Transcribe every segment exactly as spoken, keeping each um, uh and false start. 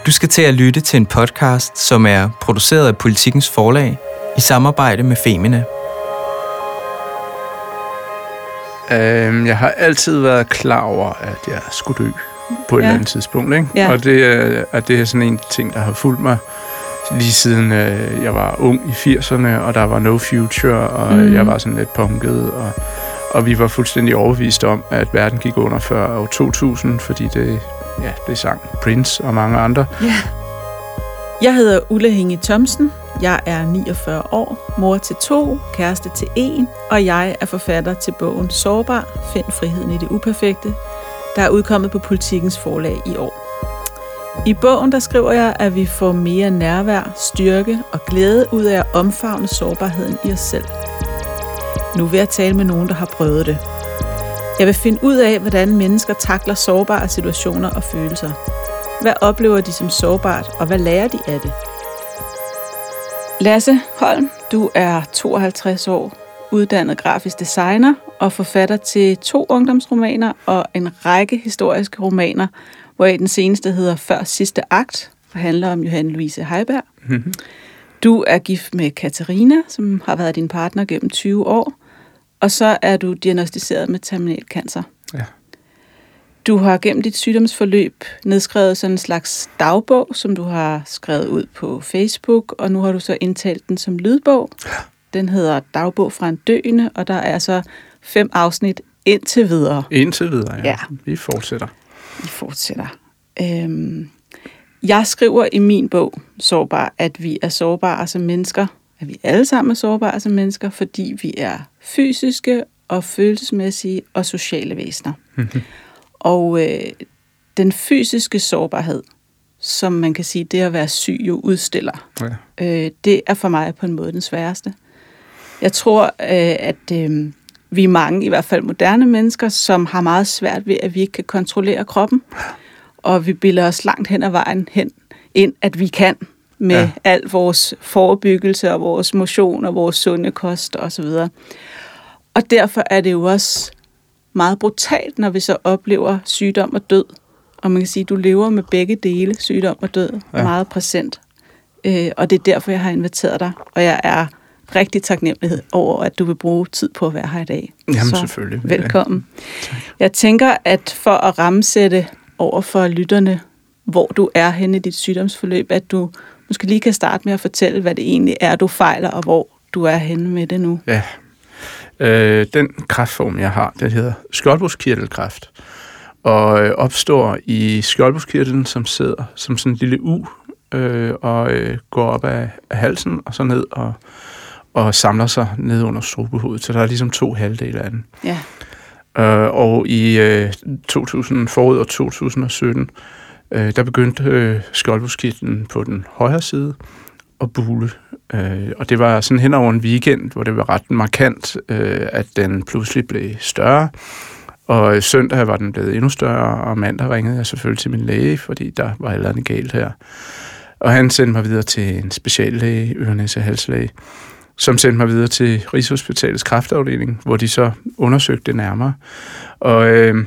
Du skal til at lytte til en podcast, som er produceret af Politikens Forlag i samarbejde med Femina. Um, jeg har altid været klar over, at jeg skulle dø på et ja. eller andet tidspunkt. Ikke? Ja. Og det er, at det er sådan en ting, der har fulgt mig lige siden øh, jeg var ung i firserne, og der var no future, og mm. jeg var sådan lidt punket, og, og vi var fuldstændig overbevist om, at verden gik under før år to tusind, fordi det, ja, det sang Prince og mange andre. Ja. Jeg hedder Ulla Hinge Thomsen. Jeg er niogfyrre år, mor til to, kæreste til en, og jeg er forfatter til bogen Sårbar, find friheden i det uperfekte, der er udkommet på Politikens Forlag i år. I bogen der skriver jeg, at vi får mere nærvær, styrke og glæde ud af at omfavne sårbarheden i os selv. Nu vil jeg tale med nogen, der har prøvet det. Jeg vil finde ud af, hvordan mennesker takler sårbare situationer og følelser. Hvad oplever de som sårbart, og hvad lærer de af det? Lasse Holm, du er tooghalvtreds år, uddannet grafisk designer og forfatter til to ungdomsromaner og en række historiske romaner, hvor den seneste hedder Før sidste akt, og handler om Johanne Luise Heiberg. Mm-hmm. Du er gift med Katarina, som har været din partner gennem tyve år, og så er du diagnosticeret med terminal cancer. Ja. Du har gennem dit sygdomsforløb nedskrevet sådan en slags dagbog, som du har skrevet ud på Facebook, og nu har du så indtalt den som lydbog. Den hedder Dagbog fra en døende, og der er så fem afsnit indtil videre. Indtil videre, ja. ja. Vi fortsætter. Vi fortsætter. Øhm, jeg skriver i min bog, Sårbar, at vi er sårbare som mennesker, at vi alle sammen er sårbare som mennesker, fordi vi er fysiske og følelsesmæssige og sociale væsener. Mm-hmm. Og øh, den fysiske sårbarhed, som man kan sige, det at være syg jo udstiller, ja. øh, det er for mig på en måde den sværeste. Jeg tror, øh, at øh, vi er mange, i hvert fald moderne mennesker, som har meget svært ved, at vi ikke kan kontrollere kroppen, og vi bilder os langt hen ad vejen hen ind, at vi kan med ja. al vores forebyggelse og vores motion og vores sunde kost osv. Og derfor er det jo også meget brutalt, når vi så oplever sygdom og død. Og man kan sige, at du lever med begge dele, sygdom og død, ja. meget præsent. Øh, og det er derfor, jeg har inviteret dig. Og jeg er rigtig taknemmelig over, at du vil bruge tid på at være her i dag. Jamen så selvfølgelig. Velkommen. Ja. Jeg tænker, at for at rammesætte over for lytterne, hvor du er henne i dit sygdomsforløb, at du måske lige kan starte med at fortælle, hvad det egentlig er, du fejler, og hvor du er henne med det nu. Ja. Øh, den kræftform, jeg har, det hedder skjoldbruskkirtelkræft, og øh, opstår i skjoldbruskkirtlen, som sidder som sådan en lille u, øh, og øh, går op af, af halsen, og så ned og, og samler sig ned under strubehovedet. Så der er ligesom to halvdele af den. Ja. Øh, og i øh, to tusind, forud og to tusind og sytten, øh, der begyndte øh, skjoldbruskkirtlen på den højre side at bule. Øh, og det var sådan hen over en weekend, hvor det var ret markant, øh, at den pludselig blev større. Og søndag var den blevet endnu større, og mandag ringede jeg selvfølgelig til min læge, fordi der var et eller andet galt her. Og han sendte mig videre til en speciallæge, øre-næse- halslæge, som sendte mig videre til Rigshospitalets kræftafdeling, hvor de så undersøgte det nærmere. Og... Øh,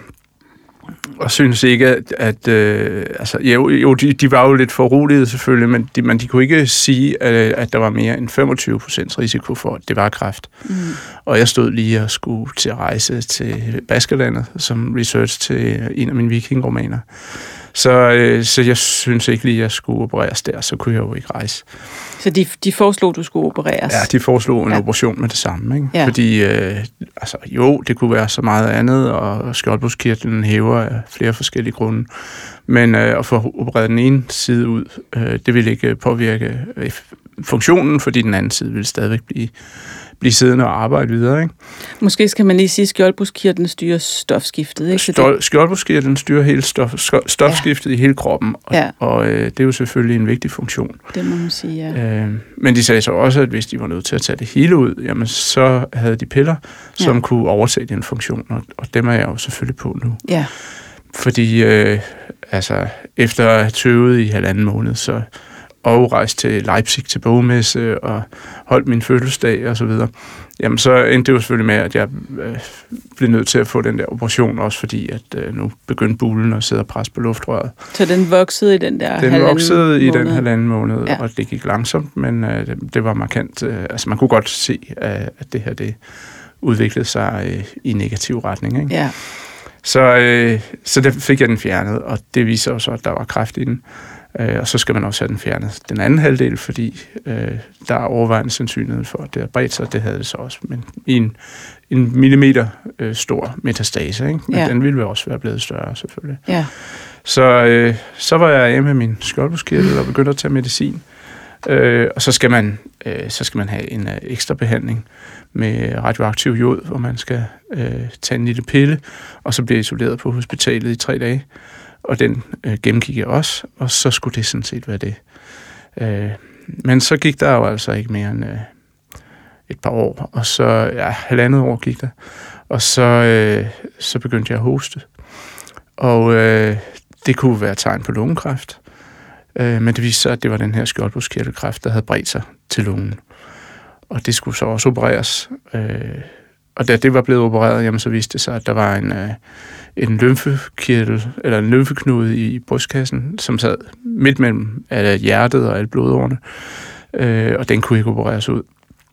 Og synes ikke, at... at øh, altså, jo, jo de, de var jo lidt forroligede selvfølgelig, men de, men de kunne ikke sige, at, at der var mere end femogtyve procent risiko for, at det var kræft. Mm. Og jeg stod lige og skulle til at rejse til Baskerlandet som research til en af mine vikingromaner. Så, øh, så jeg synes ikke lige, at jeg skulle opereres der, så kunne jeg jo ikke rejse. Så de, de foreslog, at du skulle opereres? Ja, de foreslog en ja. operation med det samme. Ikke? Ja. Fordi, øh, altså, jo, det kunne være så meget andet, og skjoldbruskkirtlen hæver af flere forskellige grunde. Men øh, at få opereret den ene side ud, øh, det ville ikke påvirke øh, funktionen, fordi den anden side ville stadigvæk blive, blive siddende og arbejde videre. Ikke? Måske skal man lige sige, at skjoldbruskkirtlen styrer stofskiftet. Ikke? Stol- skjoldbruskkirtlen styrer hele stof, stofskiftet ja. i hele kroppen, og, ja. og øh, det er jo selvfølgelig en vigtig funktion. Det må man sige, ja. Øh, men de sagde så også, at hvis de var nødt til at tage det hele ud, jamen så havde de piller, som ja. kunne overtage den funktion, og, og dem er jeg jo selvfølgelig på nu. Ja. Fordi øh, altså, efter at have tøvet i halvanden måned, så og rejste til Leipzig til bogmesse og holdt min fødselsdag og så videre, jamen så endte det jo selvfølgelig med, at jeg øh, blev nødt til at få den der operation, også fordi at øh, nu begyndte bulen at sidde og presse på luftrøret. Så den voksede i den der den halvanden voksede i måned. den halvanden måned, ja. og det gik langsomt, men øh, det, det var markant. Øh, altså man kunne godt se, øh, at det her det udviklede sig øh, i negativ retning. Ikke? Ja. Så, øh, så der fik jeg den fjernet, og det viser også, at der var kræft i den. Øh, og så skal man også have den fjernet. Den anden halvdel, fordi øh, der er overvejende sandsynlighed for, at det har bredt sig, det havde det så også. Men i en, en millimeter øh, stor metastase, ikke? Men ja. Den ville også være blevet større, selvfølgelig. Ja. Så, øh, så var jeg hjemme med min skjoldbruskkirtel og begyndte at tage medicin. Øh, og så skal man, øh, så skal man have en øh, ekstra behandling med radioaktiv jod, hvor man skal øh, tage en lille pille, og så bliver isoleret på hospitalet i tre dage. Og den øh, gennemgik jeg også, og så skulle det sådan set være det. Øh, men så gik der jo altså ikke mere end øh, et par år, og så, ja, halvandet år gik der, og så, øh, så begyndte jeg at hoste. Og øh, det kunne være tegn på lungekræft, øh, men det viste sig, at det var den her skjoldbruskkirtelkræft, der havde bredt sig til lungen. Og det skulle så også opereres. Øh, og da det var blevet opereret, jamen, så viste det sig, at der var en... Øh, en lymfekirtel, eller en lymfeknude i brystkassen, som sad midt mellem hjertet og alle blodårene, øh, og den kunne ikke opereres ud.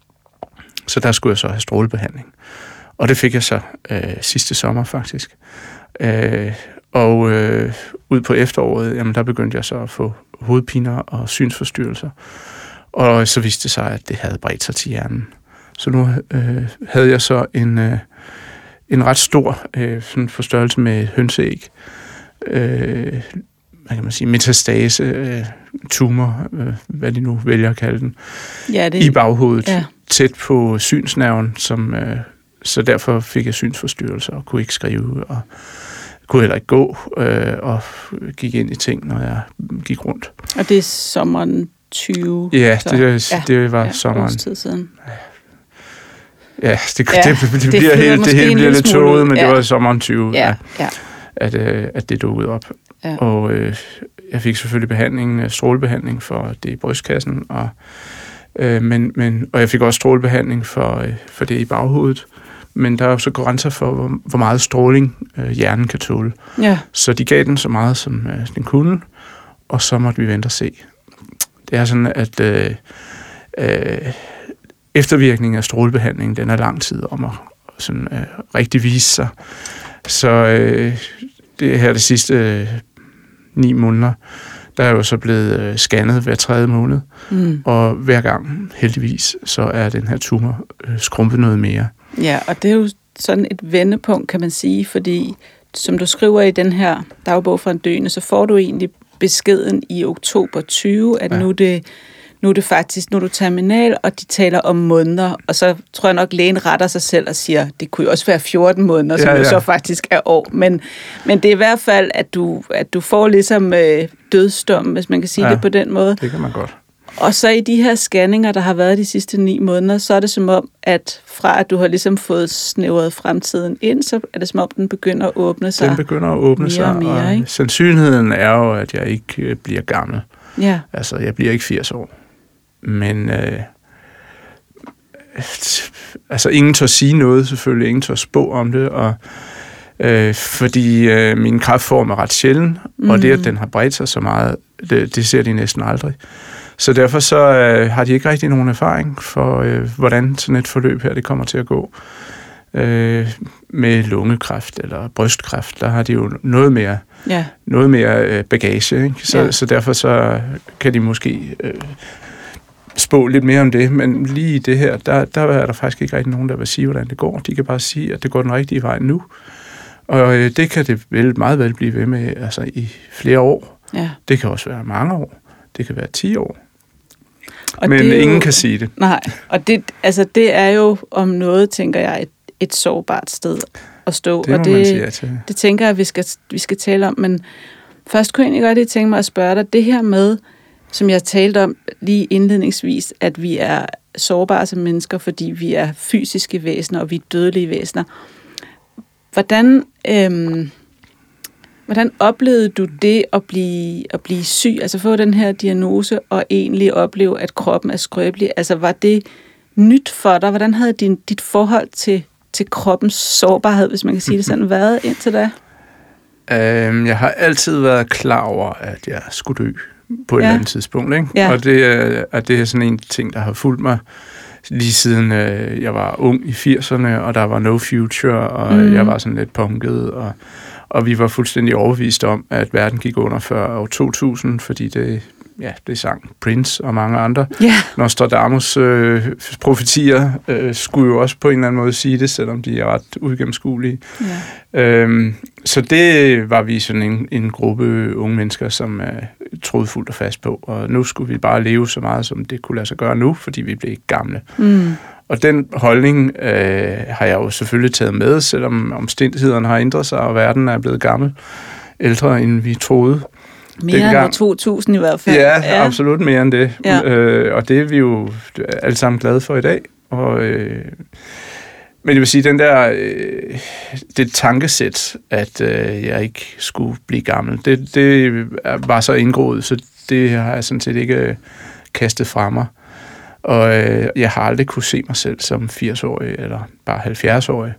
Så der skulle jeg så have strålebehandling. Og det fik jeg så øh, sidste sommer, faktisk. Øh, og øh, ud på efteråret, jamen, der begyndte jeg så at få hovedpiner og synsforstyrrelser. Og så viste det sig, at det havde bredt sig til hjernen. Så nu øh, havde jeg så en... Øh, en ret stor øh, sådan forstørrelse med hønseæg, øh, hvad kan man sige, metastase, øh, tumor, øh, hvad de nu vælger at kalde den, ja, det, i baghovedet, ja. Tæt på synsnerven, som, øh, så derfor fik jeg synsforstyrrelser og kunne ikke skrive, og kunne heller ikke gå, øh, og gik ind i ting, når jeg gik rundt. Og det er sommeren tyve? Ja, så. det, ja. det var ja, sommeren. Tid siden. Ja, det, ja, det, det, det, det bliver helt, det hele bliver lidt tåget, men ja. Det var i sommeren tyve, ja, ja. At, øh, at det dukkede op. Ja. Og øh, jeg fik selvfølgelig behandling, strålebehandling for det i brystkassen, og, øh, men, men, og jeg fik også strålebehandling for, øh, for det i baghovedet. Men der er jo så grænser for, hvor, hvor meget stråling øh, hjernen kan tåle. Ja. Så de gav den så meget, som øh, den kunne, og så måtte vi vente og se. Det er sådan, at... Øh, øh, eftervirkningen af strålebehandlingen, den er lang tid om at sådan, øh, rigtig vise sig. Så øh, det her det sidste øh, ni måneder, der er jo så blevet øh, scannet hver tredje måned, mm. og hver gang, heldigvis, så er den her tumor øh, skrumpet noget mere. Ja, og det er jo sådan et vendepunkt, kan man sige, fordi som du skriver i den her dagbog fra en døende, så får du egentlig beskeden i oktober tyve, at ja. nu det Nu er det faktisk, nu er du terminal, og de taler om måneder, og så tror jeg nok, lægen retter sig selv og siger, det kunne jo også være fjorten måneder, som ja, ja. jo så faktisk er år. Men, men det er i hvert fald, at du, at du får ligesom øh, dødsdom, hvis man kan sige ja, det på den måde. Det kan man godt. Og så i de her scanninger, der har været de sidste ni måneder, så er det som om, at fra at du har ligesom fået snævret fremtiden ind, så er det som om, den begynder at åbne sig. Den begynder at åbne mere sig, og, mere, og ikke? sandsynligheden er jo, at jeg ikke bliver gammel. Ja. Altså, jeg bliver ikke firs år. Men øh, altså ingen tør sige noget, selvfølgelig. Ingen tør spå om det, og, øh, fordi øh, min kræftform er ret sjælden, mm. og det, at den har bredt sig så meget, det, det ser de næsten aldrig. Så derfor så øh, har de ikke rigtig nogen erfaring for, øh, hvordan sådan et forløb her det kommer til at gå. Øh, med lungekræft eller brystkræft, der har de jo noget mere, ja. noget mere øh, bagage, ikke? Så, ja. så derfor så kan de måske... Øh, spå lidt mere om det, men lige i det her, der, der er der faktisk ikke rigtig nogen, der vil sige, hvordan det går. De kan bare sige, at det går den rigtige vej nu. Og øh, det kan det vel, meget vel blive ved med altså, i flere år. Ja. Det kan også være mange år. Det kan være ti år. Og men ingen jo, kan sige det. Nej, og det, altså, det er jo om noget, tænker jeg, et, et sårbart sted at stå. Det må og det, man sige ja til. Det tænker jeg, vi skal, vi skal tale om. Men først kunne jeg egentlig godt lige tænke mig at spørge dig, det her med, som jeg talte om lige indledningsvis, at vi er sårbare som mennesker, fordi vi er fysiske væsener, og vi er dødelige væsener. Hvordan, øhm, Hvordan oplevede du det at blive, at blive syg, altså få den her diagnose, og egentlig opleve, at kroppen er skrøbelig? Altså var det nyt for dig? Hvordan havde din, dit forhold til, til kroppens sårbarhed, hvis man kan sige det sådan, været indtil da? Øhm, jeg har altid været klar over, at jeg skulle dø på et Ja. eller andet tidspunkt. Ikke? Ja. Og det er, at det er sådan en ting, der har fulgt mig lige siden øh, jeg var ung i firserne, og der var no future, og mm. jeg var sådan lidt punket, og, og vi var fuldstændig overbevist om, at verden gik under før år to tusind, fordi det, ja, det sang Prince og mange andre. Ja. Nostradamus øh, profetier øh, skulle jo også på en eller anden måde sige det, selvom de er ret uigennemskuelige. Ja. Øhm, så det var vi sådan en, en gruppe unge mennesker, som øh, troede fuldt og fast på, og nu skulle vi bare leve så meget, som det kunne lade sig gøre nu, fordi vi blev gamle. Mm. Og den holdning øh, har jeg jo selvfølgelig taget med, selvom omstændighederne har ændret sig, og verden er blevet gammel, ældre end vi troede. Mere end år to tusind i hvert fald. Ja, ja. Absolut mere end det. Ja. Øh, og det er vi jo alle sammen glade for i dag. Og, øh, men jeg vil sige, den der, øh, det tankesæt, at øh, jeg ikke skulle blive gammel, det, det var så indgroet, så det har jeg sådan set ikke øh, kastet fra mig. Og øh, jeg har aldrig kunne se mig selv som firs-årig eller bare halvfjerds-årig.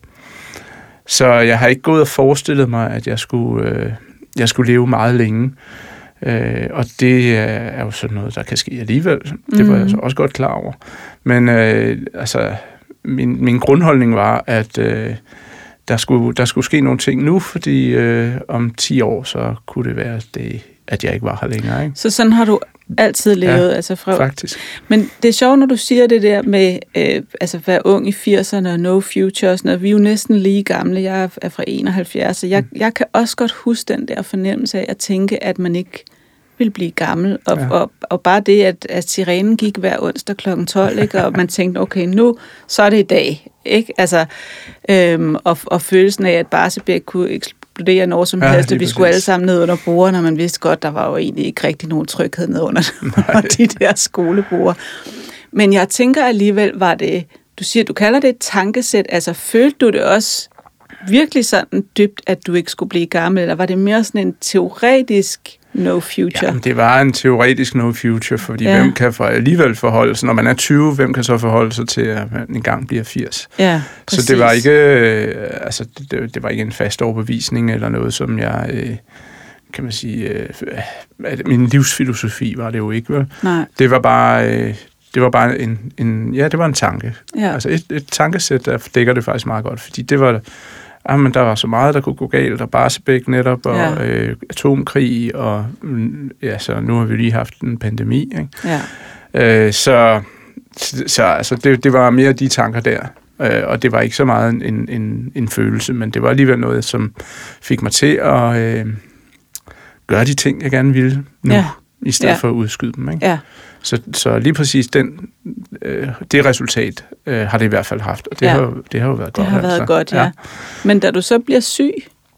Så jeg har ikke gået og forestillet mig, at jeg skulle, øh, jeg skulle leve meget længe. Øh, og det er jo sådan noget, der kan ske alligevel. Det var mm. jeg så også godt klar over. Men øh, altså, min, min grundholdning var, at øh, der, skulle, der skulle ske nogle ting nu, fordi øh, om ti år, så kunne det være, det, at jeg ikke var her længere. Ikke? Så sådan har du altid levet? Ja, altså fra... faktisk. Men det er sjovt, når du siger det der med øh, altså at være ung i firserne og no future og sådan noget. Vi er jo næsten lige gamle. Jeg er fra enoghalvfjerds, så jeg, jeg kan også godt huske den der fornemmelse af at tænke, at man ikke vil blive gammel. Og, ja. og, og bare det, at, at sirenen gik hver onsdag klokken tolv, ikke? Og man tænkte, okay, nu så er det i dag. Ikke? Altså, øhm, og, og følelsen af, at Barsebæk kunne eksplodere når som ja, helst, og vi præcis. skulle alle sammen ned under bordene, og man vidste godt, der var jo egentlig ikke rigtig nogen tryghed ned under de der skoleborde. Men jeg tænker alligevel, var det, du siger, du kalder det et tankesæt, altså følte du det også virkelig sådan dybt, at du ikke skulle blive gammel, eller var det mere sådan en teoretisk no future? Jamen, det var en teoretisk no future, fordi ja. hvem kan for alligevel forholde sig, når man er tyve, hvem kan så forholde sig til, at man engang bliver firs? Ja, præcis. Så det var ikke, øh, altså, det, det var ikke en fast overbevisning, eller noget, som jeg, øh, kan man sige, øh, min livsfilosofi var det jo ikke, vel? Nej. Det var bare... Øh, Det var bare en, en, ja, det var en tanke. Ja. Altså et, et tankesæt, der dækker det faktisk meget godt, fordi det var, ah, men der var så meget, der kunne gå galt, og Barsebæk netop, og ja. øh, atomkrig, og ja, så nu har vi lige haft en pandemi, ikke? Ja. Øh, så så altså, det, det var mere de tanker der, øh, og det var ikke så meget en, en, en følelse, men det var alligevel noget, som fik mig til at øh, gøre de ting, jeg gerne ville nu, ja. i stedet ja. for at udskyde dem, ikke? Ja. Så, så lige præcis den, øh, det resultat øh, har det i hvert fald haft, og det, ja. har, det har jo været det godt. Det har været altså. godt, ja. ja. Men da du så bliver syg,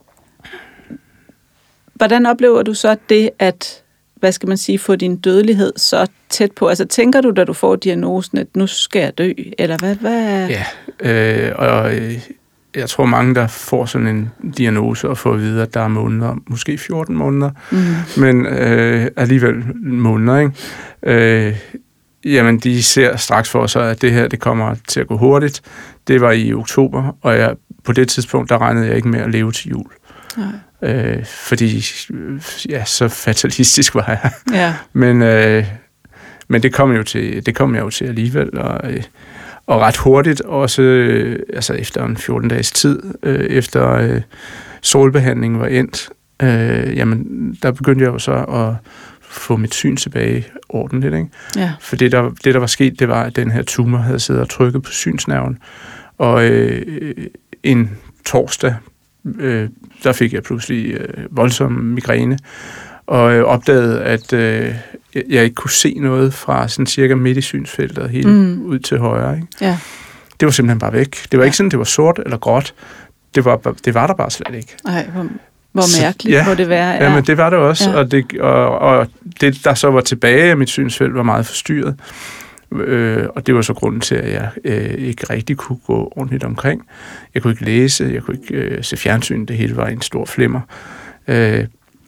hvordan oplever du så det, at, hvad skal man sige, få din dødelighed så tæt på? Altså tænker du, da du får diagnosen, at nu skal jeg dø, eller hvad? hvad? Ja, øh, og øh, jeg tror mange, der får sådan en diagnose og får at vide, at der er måneder, måske fjorten måneder, mm. men øh, alligevel måneder, ikke? Øh, jamen, de ser straks for sig, at det her, det kommer til at gå hurtigt. Det var i oktober, og jeg, på det tidspunkt, der regnede jeg ikke med at leve til jul. Nej. Øh, fordi, ja, så fatalistisk var jeg. Ja. Men, øh, men det kom jo til, det kom jeg jo til alligevel, og øh, Og ret hurtigt, også øh, altså efter en fjorten dages tid, øh, efter øh, solbehandlingen var endt, øh, jamen, der begyndte jeg jo så at få mit syn tilbage ordentligt. Ikke? Ja. For det der, det, der var sket, det var, at den her tumor havde siddet og trykket på synsnerven. Og øh, en torsdag, øh, der fik jeg pludselig øh, voldsom migræne, og øh, opdagede, at øh, jeg ikke kunne se noget fra sådan cirka midt i synsfeltet helt mm. ud til højre. Ikke? Ja. Det var simpelthen bare væk. Det var ja. ikke sådan, det var sort eller gråt. Det var, det var der bare slet ikke. Ej, hvor, hvor mærkeligt så, ja, må det være. Ja. Ja, men det var det også. Ja. Og, det, og, og det, der så var tilbage af mit synsfelt, var meget forstyrret. Øh, og det var så grunden til, at jeg øh, ikke rigtig kunne gå ordentligt omkring. Jeg kunne ikke læse, jeg kunne ikke øh, se fjernsyn. Det hele var en stor flimmer. Øh,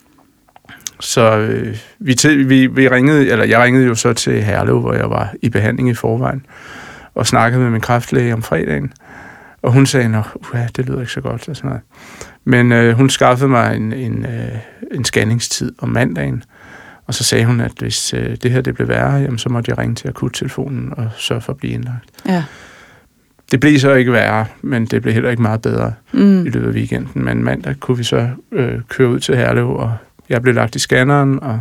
så øh, vi, til, vi, vi ringede, eller jeg ringede jo så til Herlev, hvor jeg var i behandling i forvejen, og snakkede med min kræftlæge om fredagen. Og hun sagde, at uh, det lyder ikke så godt. Og sådan noget. Men øh, hun skaffede mig en, en, øh, en scanningstid om mandagen. Og så sagde hun, at hvis øh, det her det blev værre, jamen, så måtte jeg ringe til akuttelefonen og sørge for at blive indlagt. Ja. Det blev så ikke værre, men det blev heller ikke meget bedre mm. i løbet af weekenden. Men mandag kunne vi så øh, køre ud til Herlev, og jeg blev lagt i scanneren. Og,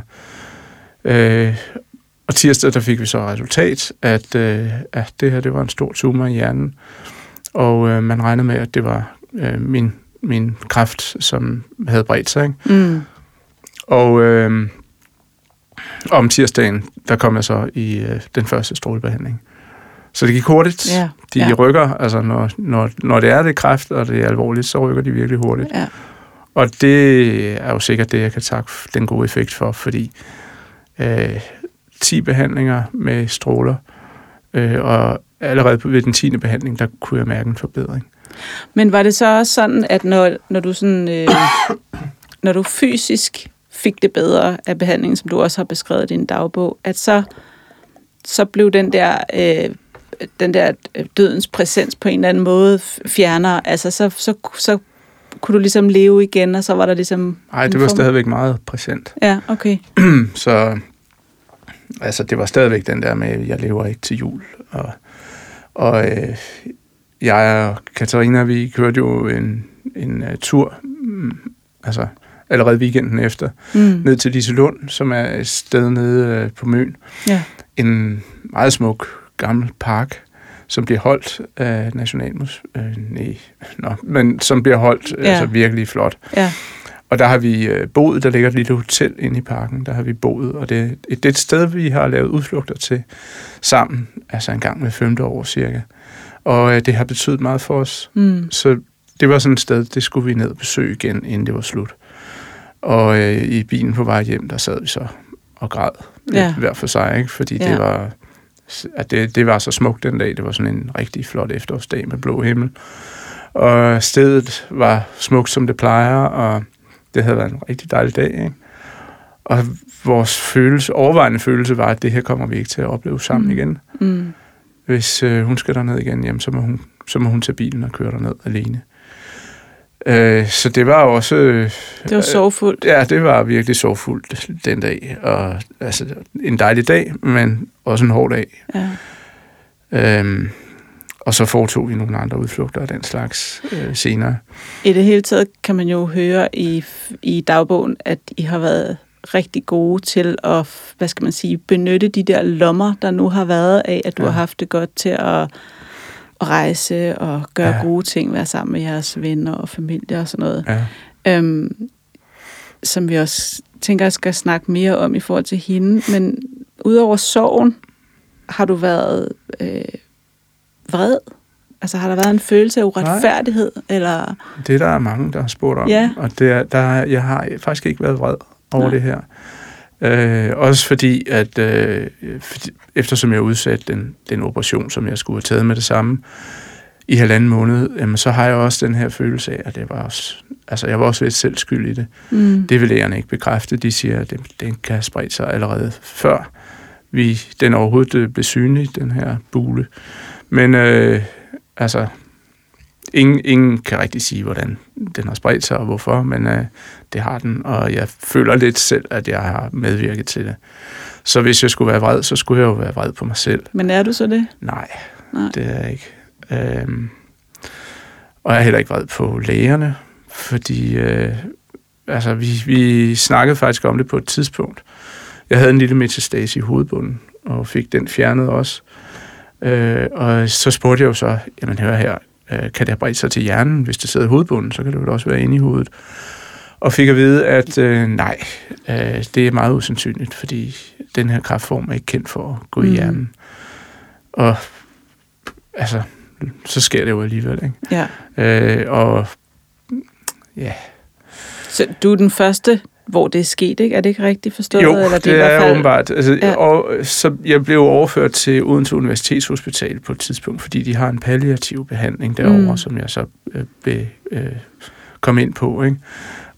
øh, og tirsdag der fik vi så resultat, at, øh, at det her det var en stor tumor i hjernen. Og øh, man regnede med, at det var øh, min, min kræft, som havde bredt sig. Ikke? Mm. Og øh, om tirsdagen, der kom jeg så i øh, den første strålebehandling. Så det gik hurtigt. Ja. De ja. rykker, altså når, når, når det er det kræft, og det er alvorligt, så rykker de virkelig hurtigt. Ja. Og det er jo sikkert det, jeg kan takke den gode effekt for, fordi øh, ti behandlinger med stråler, øh, og allerede ved den tiende behandling, der kunne jeg mærke en forbedring. Men var det så også sådan, at når, når du sådan, øh, når du fysisk fik det bedre af behandlingen, som du også har beskrevet i din dagbog, at så, så blev den der, øh, den der dødens præsens på en eller anden måde fjerner, altså så, så, så kunne du ligesom leve igen, og så var der ligesom... Nej, det var form... stadigvæk meget præsent. Ja, okay. Så altså, det var stadigvæk den der med, at jeg lever ikke til jul, og Og øh, jeg og Katarina, vi kørte jo en, en uh, tur, mm, altså allerede weekenden efter, mm. ned til Liselund, som er et sted nede uh, på Møn. Ja. En meget smuk gammel park, som bliver holdt af Nationalmuseet. Øh, nej, nå, men som bliver holdt ja. altså virkelig flot. Ja. Og der har vi øh, boet, der ligger et lille hotel inde i parken, der har vi boet, og det, det er et sted, vi har lavet udflugter til sammen, altså en gang med femte år cirka. Og øh, det har betydet meget for os. Mm. Så det var sådan et sted, det skulle vi ned og besøge igen, inden det var slut. Og øh, i bilen på vej hjem, der sad vi så og græd, ja. hver for sig, ikke? Fordi ja. det var at det, det var så smukt den dag. Det var sådan en rigtig flot efterårsdag med blå himmel. Og stedet var smukt, som det plejer, og det havde været en rigtig dejlig dag, ikke? Og vores følelse, overvejende følelse var, at det her kommer vi ikke til at opleve sammen mm. igen. Mm. Hvis øh, hun skal derned igen, jamen, så, må hun, så må hun tage bilen og køre derned alene. Øh, så det var også... Øh, det var sorgfuldt. Ja, det var virkelig sorgfuldt den dag. Og, altså, en dejlig dag, men også en hård dag. Ja. Øhm, og så foretog vi nogle andre udflugter af den slags øh, senere. I det hele taget kan man jo høre i, i dagbogen, at I har været rigtig gode til at, hvad skal man sige, benytte de der lommer, der nu har været af, at du ja. har haft det godt til at, at rejse og gøre ja. gode ting, være sammen med jeres venner og familie og sådan noget. Ja. Øhm, som vi også tænker, jeg skal snakke mere om i forhold til hende. Men udover sorgen, har du været øh, vred? Altså har der været en følelse af uretfærdighed? Nej. Eller? Det der er mange, der har spurgt om. Ja. Og det er, der, jeg har faktisk ikke været vred over Nej. det her. Øh, også fordi, at øh, fordi, eftersom jeg udsatte den, den operation, som jeg skulle have taget med det samme i halvanden måned, jamen, så har jeg også den her følelse af, at det var også, altså, jeg var også lidt selv skyld i det. Mm. Det vil lægerne ikke bekræfte. De siger, at den, den kan have spredt sig allerede før vi, den overhovedet blev synlig, den her bule. Men øh, altså, ingen, ingen kan rigtig sige, hvordan den har spredt sig og hvorfor, men øh, det har den, og jeg føler lidt selv, at jeg har medvirket til det. Så hvis jeg skulle være vred, så skulle jeg jo være vred på mig selv. Men er du så det? Nej, Nej. det er jeg ikke. Øhm, og jeg er heller ikke vred på lægerne, fordi øh, altså, vi, vi snakkede faktisk om det på et tidspunkt. Jeg havde en lille metastase i hovedbunden, og fik den fjernet også. Øh, og så spurgte jeg jo så, jamen hør her, øh, kan det have bredt sig til hjernen? Hvis det sidder i hovedbunden, så kan det jo også være inde i hovedet. Og fik at vide, at øh, nej, øh, det er meget usandsynligt, fordi den her kræftform er ikke kendt for at gå mm. i hjernen. Og altså, så sker det jo alligevel, ikke? Ja. Øh, og ja. Så du er den første, hvor det er sket, ikke? Er det ikke rigtigt forstået? Jo, eller det, det er, er fald... åbenbart. Altså, ja. Og så jeg blev overført til Odense Universitetshospital på et tidspunkt, fordi de har en palliativ behandling derovre, mm. som jeg så øh, be, øh, kom ind på, ikke?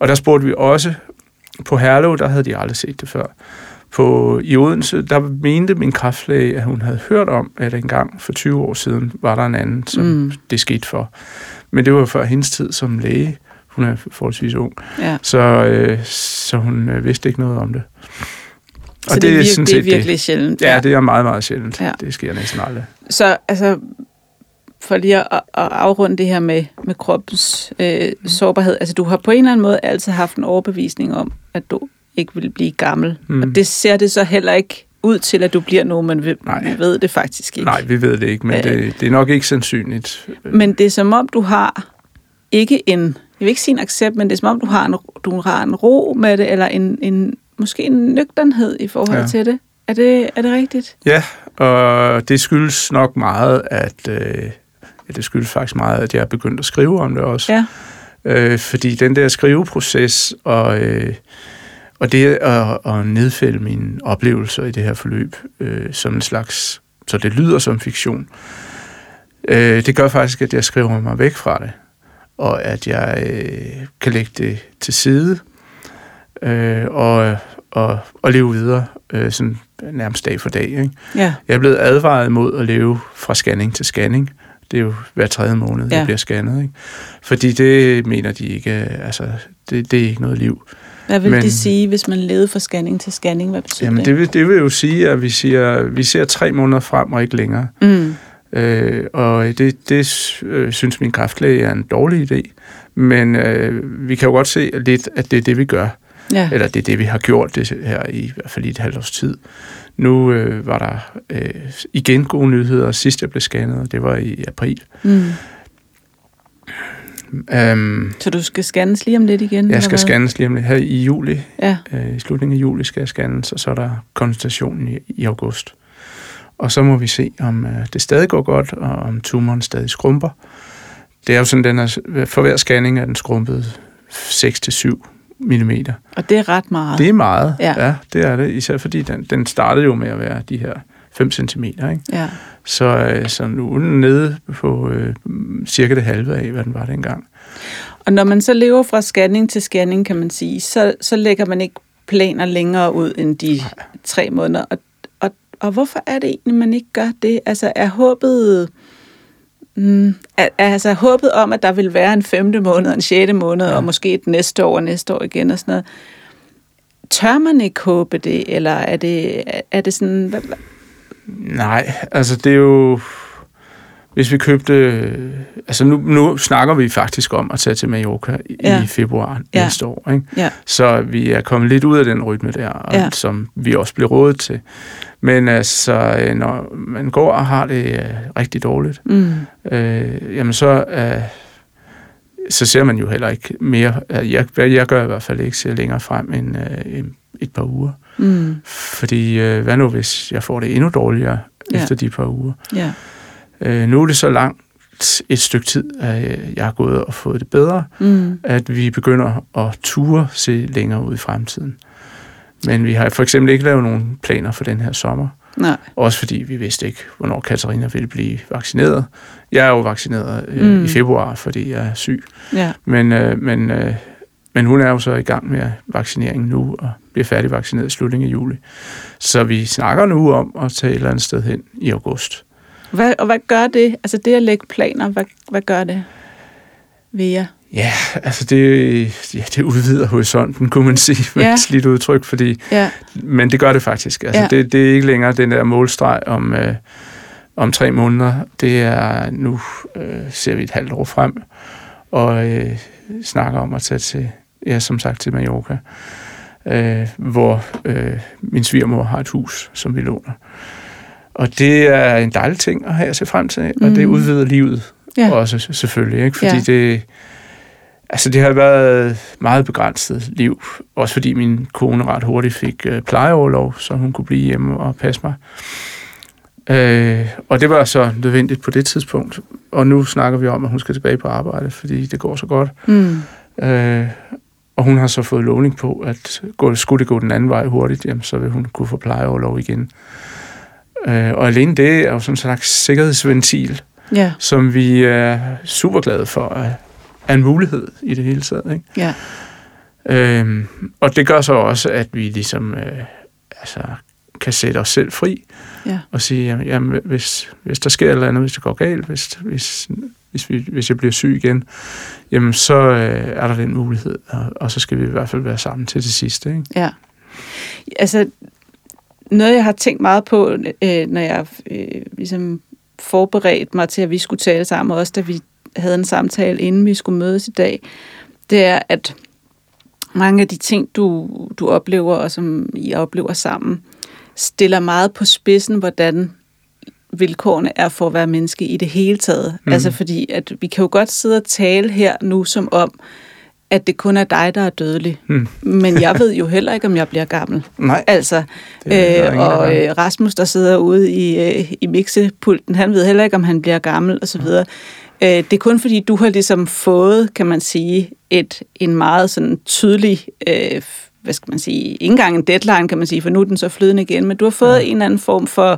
Og der spurgte vi også, på Herlev, der havde de aldrig set det før. På, I Odense, der mente min kræftlæge, at hun havde hørt om, at engang for tyve år siden var der en anden, som mm. det skete for. Men det var før hendes tid som læge. Hun er forholdsvis ung. Ja. Så, øh, så hun øh, vidste ikke noget om det. Så og det, det, er, virke, sådan det er virkelig det. sjældent? Ja, det er meget, meget sjældent. Ja. Det sker næsten aldrig. Så altså, for lige at, at afrunde det her med, med kroppens øh, sårbarhed, altså du har på en eller anden måde altid haft en overbevisning om, at du ikke vil blive gammel. Mm. Og det ser det så heller ikke ud til, at du bliver nu, men vi, vi ved det faktisk ikke. Nej, vi ved det ikke, men øh, det, det er nok ikke sandsynligt. Men det er som om, du har ikke en, jeg vil ikke sige en accept, men det er som om, du har en, du har en ro med det, eller en, en måske en nøgternhed i forhold ja. til det. Er det, er det rigtigt? Ja, og det skyldes nok meget, at øh, ja, det skyldes faktisk meget, at jeg er begyndt at skrive om det også. Ja. Øh, fordi den der skriveproces og øh, Og det at, at nedfælde mine oplevelser i det her forløb øh, som en slags, så det lyder som fiktion, øh, det gør faktisk, at jeg skriver mig væk fra det, og at jeg øh, kan lægge det til side øh, og, og, og leve videre øh, sådan nærmest dag for dag. Ikke? Ja. Jeg er blevet advaret mod at leve fra scanning til scanning. Det er jo hver tredje måned, ja. jeg bliver scannet. Ikke? Fordi det mener de ikke, altså det, det er ikke noget liv. Hvad vil Men, det sige, hvis man levede fra scanning til scanning? Hvad betyder jamen, det? Det vil, det vil jo sige, at vi, siger, vi ser tre måneder frem og ikke længere. Mm. Øh, og det, det øh, synes min kræftlæge er en dårlig idé. Men øh, vi kan jo godt se lidt, at det er det, vi gør. Ja. Eller det er det, vi har gjort det her i, i hvert fald i et halvt års tid. Nu øh, var der øh, igen gode nyheder, sidst jeg blev scannet, og det var i april. Mm. Um, så du skal scannes lige om lidt igen? Jeg skal scannes lige om lidt. Her i juli, ja. øh, i slutningen af juli skal jeg scannes, og så er der konsultationen i, i august. Og så må vi se, om øh, det stadig går godt, og om tumoren stadig skrumper. Det er jo sådan, den er, for hver scanning er den skrumpet seks til syv millimeter. Og det er ret meget. Det er meget, ja, ja det er det. Især fordi den, den startede jo med at være de her fem centimeter, ikke? Ja. Så, øh, så nu er den nede på øh, cirka det halve af, hvad den var dengang. Og når man så lever fra scanning til scanning, kan man sige, så, så lægger man ikke planer længere ud end de Nej. tre måneder. Og, og, og hvorfor er det egentlig, man ikke gør det? Altså er håbet... Mm, er, altså håbet om, at der vil være en femte måned, en sjette måned, ja. og måske et næste år og næste år igen og sådan noget. Tør man ikke håbe det, eller er det, er det sådan... Hvad, Nej, altså det er jo... Hvis vi købte... Altså nu, nu snakker vi faktisk om at tage til Mallorca i ja. februar ja. næste år. Ikke? Ja. Så vi er kommet lidt ud af den rytme der, og, ja. som vi også bliver rådet til. Men altså, når man går og har det uh, rigtig dårligt, mm. øh, jamen så, uh, så ser man jo heller ikke mere... Uh, jeg, jeg gør i hvert fald ikke se længere frem end uh, et par uger. Mm. Fordi uh, hvad nu, hvis jeg får det endnu dårligere ja. efter de par uger? Ja. Uh, nu er det så langt et stykke tid, at jeg har gået og fået det bedre, mm. at vi begynder at ture se længere ud i fremtiden. Men vi har for eksempel ikke lavet nogen planer for den her sommer. Nej. Også fordi vi vidste ikke, hvornår Katarina ville blive vaccineret. Jeg er jo vaccineret øh, mm. i februar, fordi jeg er syg. Ja. Men, øh, men, øh, men hun er jo så i gang med vaccineringen nu, og bliver færdigvaccineret i slutningen af juli. Så vi snakker nu om at tage et eller andet sted hen i august. Hvad, og hvad gør det? Altså det at lægge planer, hvad, hvad gør det ved jer? Ja, altså det, ja, det udvider horisonten, kunne man sige, med ja. et slidt udtryk, fordi, ja. men det gør det faktisk. Altså ja. det, det er ikke længere den der målstreg om, øh, om tre måneder. Det er, nu øh, ser vi et halvt år frem, og øh, snakker om at tage til, ja, som sagt, til Mallorca, øh, hvor øh, min svigermor har et hus, som vi låner. Og det er en dejlig ting at have at se frem til, mm. og det udvider livet ja. også selvfølgelig, ikke? Fordi ja. det... Altså, det har været meget begrænset liv, også fordi min kone ret hurtigt fik øh, plejeorlov, så hun kunne blive hjemme og passe mig. Øh, og det var så nødvendigt på det tidspunkt, og nu snakker vi om, at hun skal tilbage på arbejde, fordi det går så godt. Mm. Øh, og hun har så fået lovning på, at gå, skulle det gå den anden vej hurtigt, jamen, så vil hun kunne få plejeorlov igen. Øh, og alene det er jo sådan en slags sikkerhedsventil, yeah. som vi er super glade for at er en mulighed i det hele taget. Ikke? Øhm, og det gør så også, at vi ligesom øh, altså, kan sætte os selv fri, ja. og sige, jamen, jamen, hvis, hvis der sker et eller andet, hvis det går galt, hvis, hvis, hvis, vi, hvis jeg bliver syg igen, jamen så øh, er der den mulighed, og, og så skal vi i hvert fald være sammen til det sidste. Ikke? Ja. Altså, noget jeg har tænkt meget på, øh, når jeg øh, ligesom forberedt mig til, at vi skulle tale sammen, også da vi havde en samtale, inden vi skulle mødes i dag, det er, at mange af de ting, du, du oplever, og som I oplever sammen, stiller meget på spidsen, hvordan vilkårene er for at være menneske i det hele taget. Mm. Altså fordi, at vi kan jo godt sidde og tale her nu som om, at det kun er dig, der er dødelig. Mm. Men jeg ved jo heller ikke, om jeg bliver gammel. Nej. Altså, øh, og øh, Rasmus, der sidder ude i, øh, i mixepulten, han ved heller ikke, om han bliver gammel, og så videre. Øh, det er kun fordi, du har ligesom fået, kan man sige, et, en meget sådan tydelig, øh, hvad skal man sige, ikke engang en deadline, kan man sige, for nu er den så flydende igen, men du har fået ja. en eller anden form for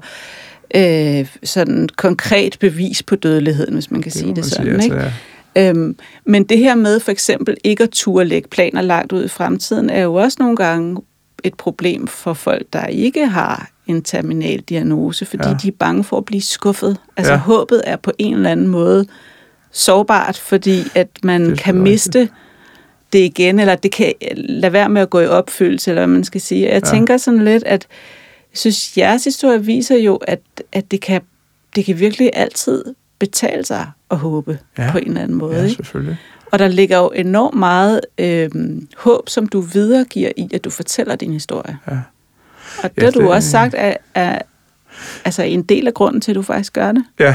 øh, sådan konkret bevis på dødeligheden, hvis man kan det sige det sådan, sige, ikke? Altså, ja. Øhm, men det her med for eksempel ikke at turde lægge planer langt ud i fremtiden, er jo også nogle gange et problem for folk, der ikke har en terminal diagnose, fordi ja. de er bange for at blive skuffet. Altså ja. håbet er på en eller anden måde sårbart, fordi at man kan miste rigtigt. det igen, eller det kan lade være med at gå i opfyldelse, eller hvad man skal sige. Jeg ja. tænker sådan lidt, at jeg synes, jeres historie viser jo, at, at det, kan, det kan virkelig altid betale sig at håbe ja. på en eller anden måde. Ja, ikke? selvfølgelig. Og der ligger jo enormt meget øh, håb, som du videregiver i, at du fortæller din historie. Ja. Og det har ja, du også sagt er, er altså en del af grunden til, at du faktisk gør det. Ja,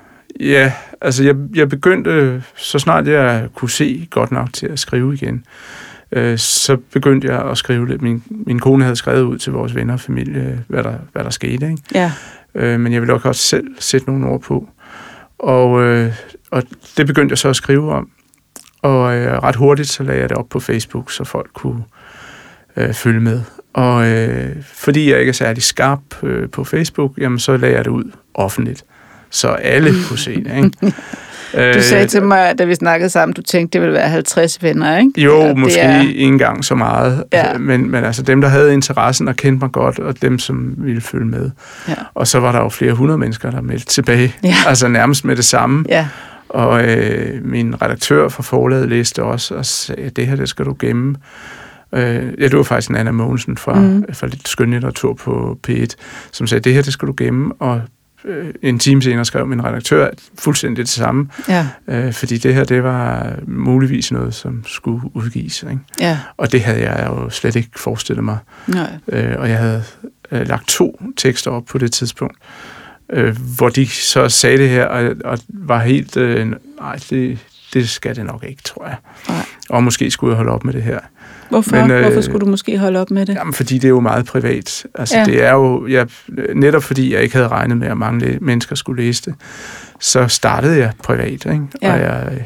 ja altså jeg, jeg begyndte, så snart jeg kunne se godt nok til at skrive igen, øh, så begyndte jeg at skrive lidt. Min, min kone havde skrevet ud til vores venner og familie, hvad der, hvad der skete. Ikke? Ja. Øh, men jeg ville også selv sætte nogle ord på. Og, øh, og det begyndte jeg så at skrive om. Og øh, ret hurtigt så lagde jeg det op på Facebook, så folk kunne øh, følge med. Og øh, fordi jeg ikke er særlig skarp øh, på Facebook, jamen så lagde jeg det ud offentligt, så alle kunne se det. Ikke? Du sagde til mig, da vi snakkede sammen, du tænkte, det ville være halvtreds venner, ikke? Jo, det måske er... ikke engang så meget. Ja. Men, men altså dem, der havde interessen og kendte mig godt, og dem, som ville følge med. Ja. Og så var der jo flere hundrede mennesker, der meldte tilbage. Ja. Altså nærmest med det samme. Ja. Og øh, min redaktør for forlaget læste også og sagde, det her, det skal du gemme. Øh, ja, det var faktisk en Anna Mogensen fra, mm. fra lidt skønlitteratur på P et, som sagde, det her, det skal du gemme. Og øh, en time senere skrev min redaktør fuldstændig det samme. Ja. Øh, fordi det her, det var muligvis noget, som skulle udgives. Ikke? Ja. Og det havde jeg jo slet ikke forestillet mig. Nej. Øh, og jeg havde øh, lagt to tekster op på det tidspunkt, Øh, hvor de så sagde det her, og, og var helt, øh, nej, det, det skal det nok ikke, tror jeg. Nej. Og måske skulle jeg holde op med det her. Hvorfor? Men, øh, Hvorfor skulle du måske holde op med det? Jamen, fordi det er jo meget privat. Altså, ja. det er jo, jeg, netop fordi jeg ikke havde regnet med, at mange mennesker skulle læse det, så startede jeg privat, ikke? Ja. Og jeg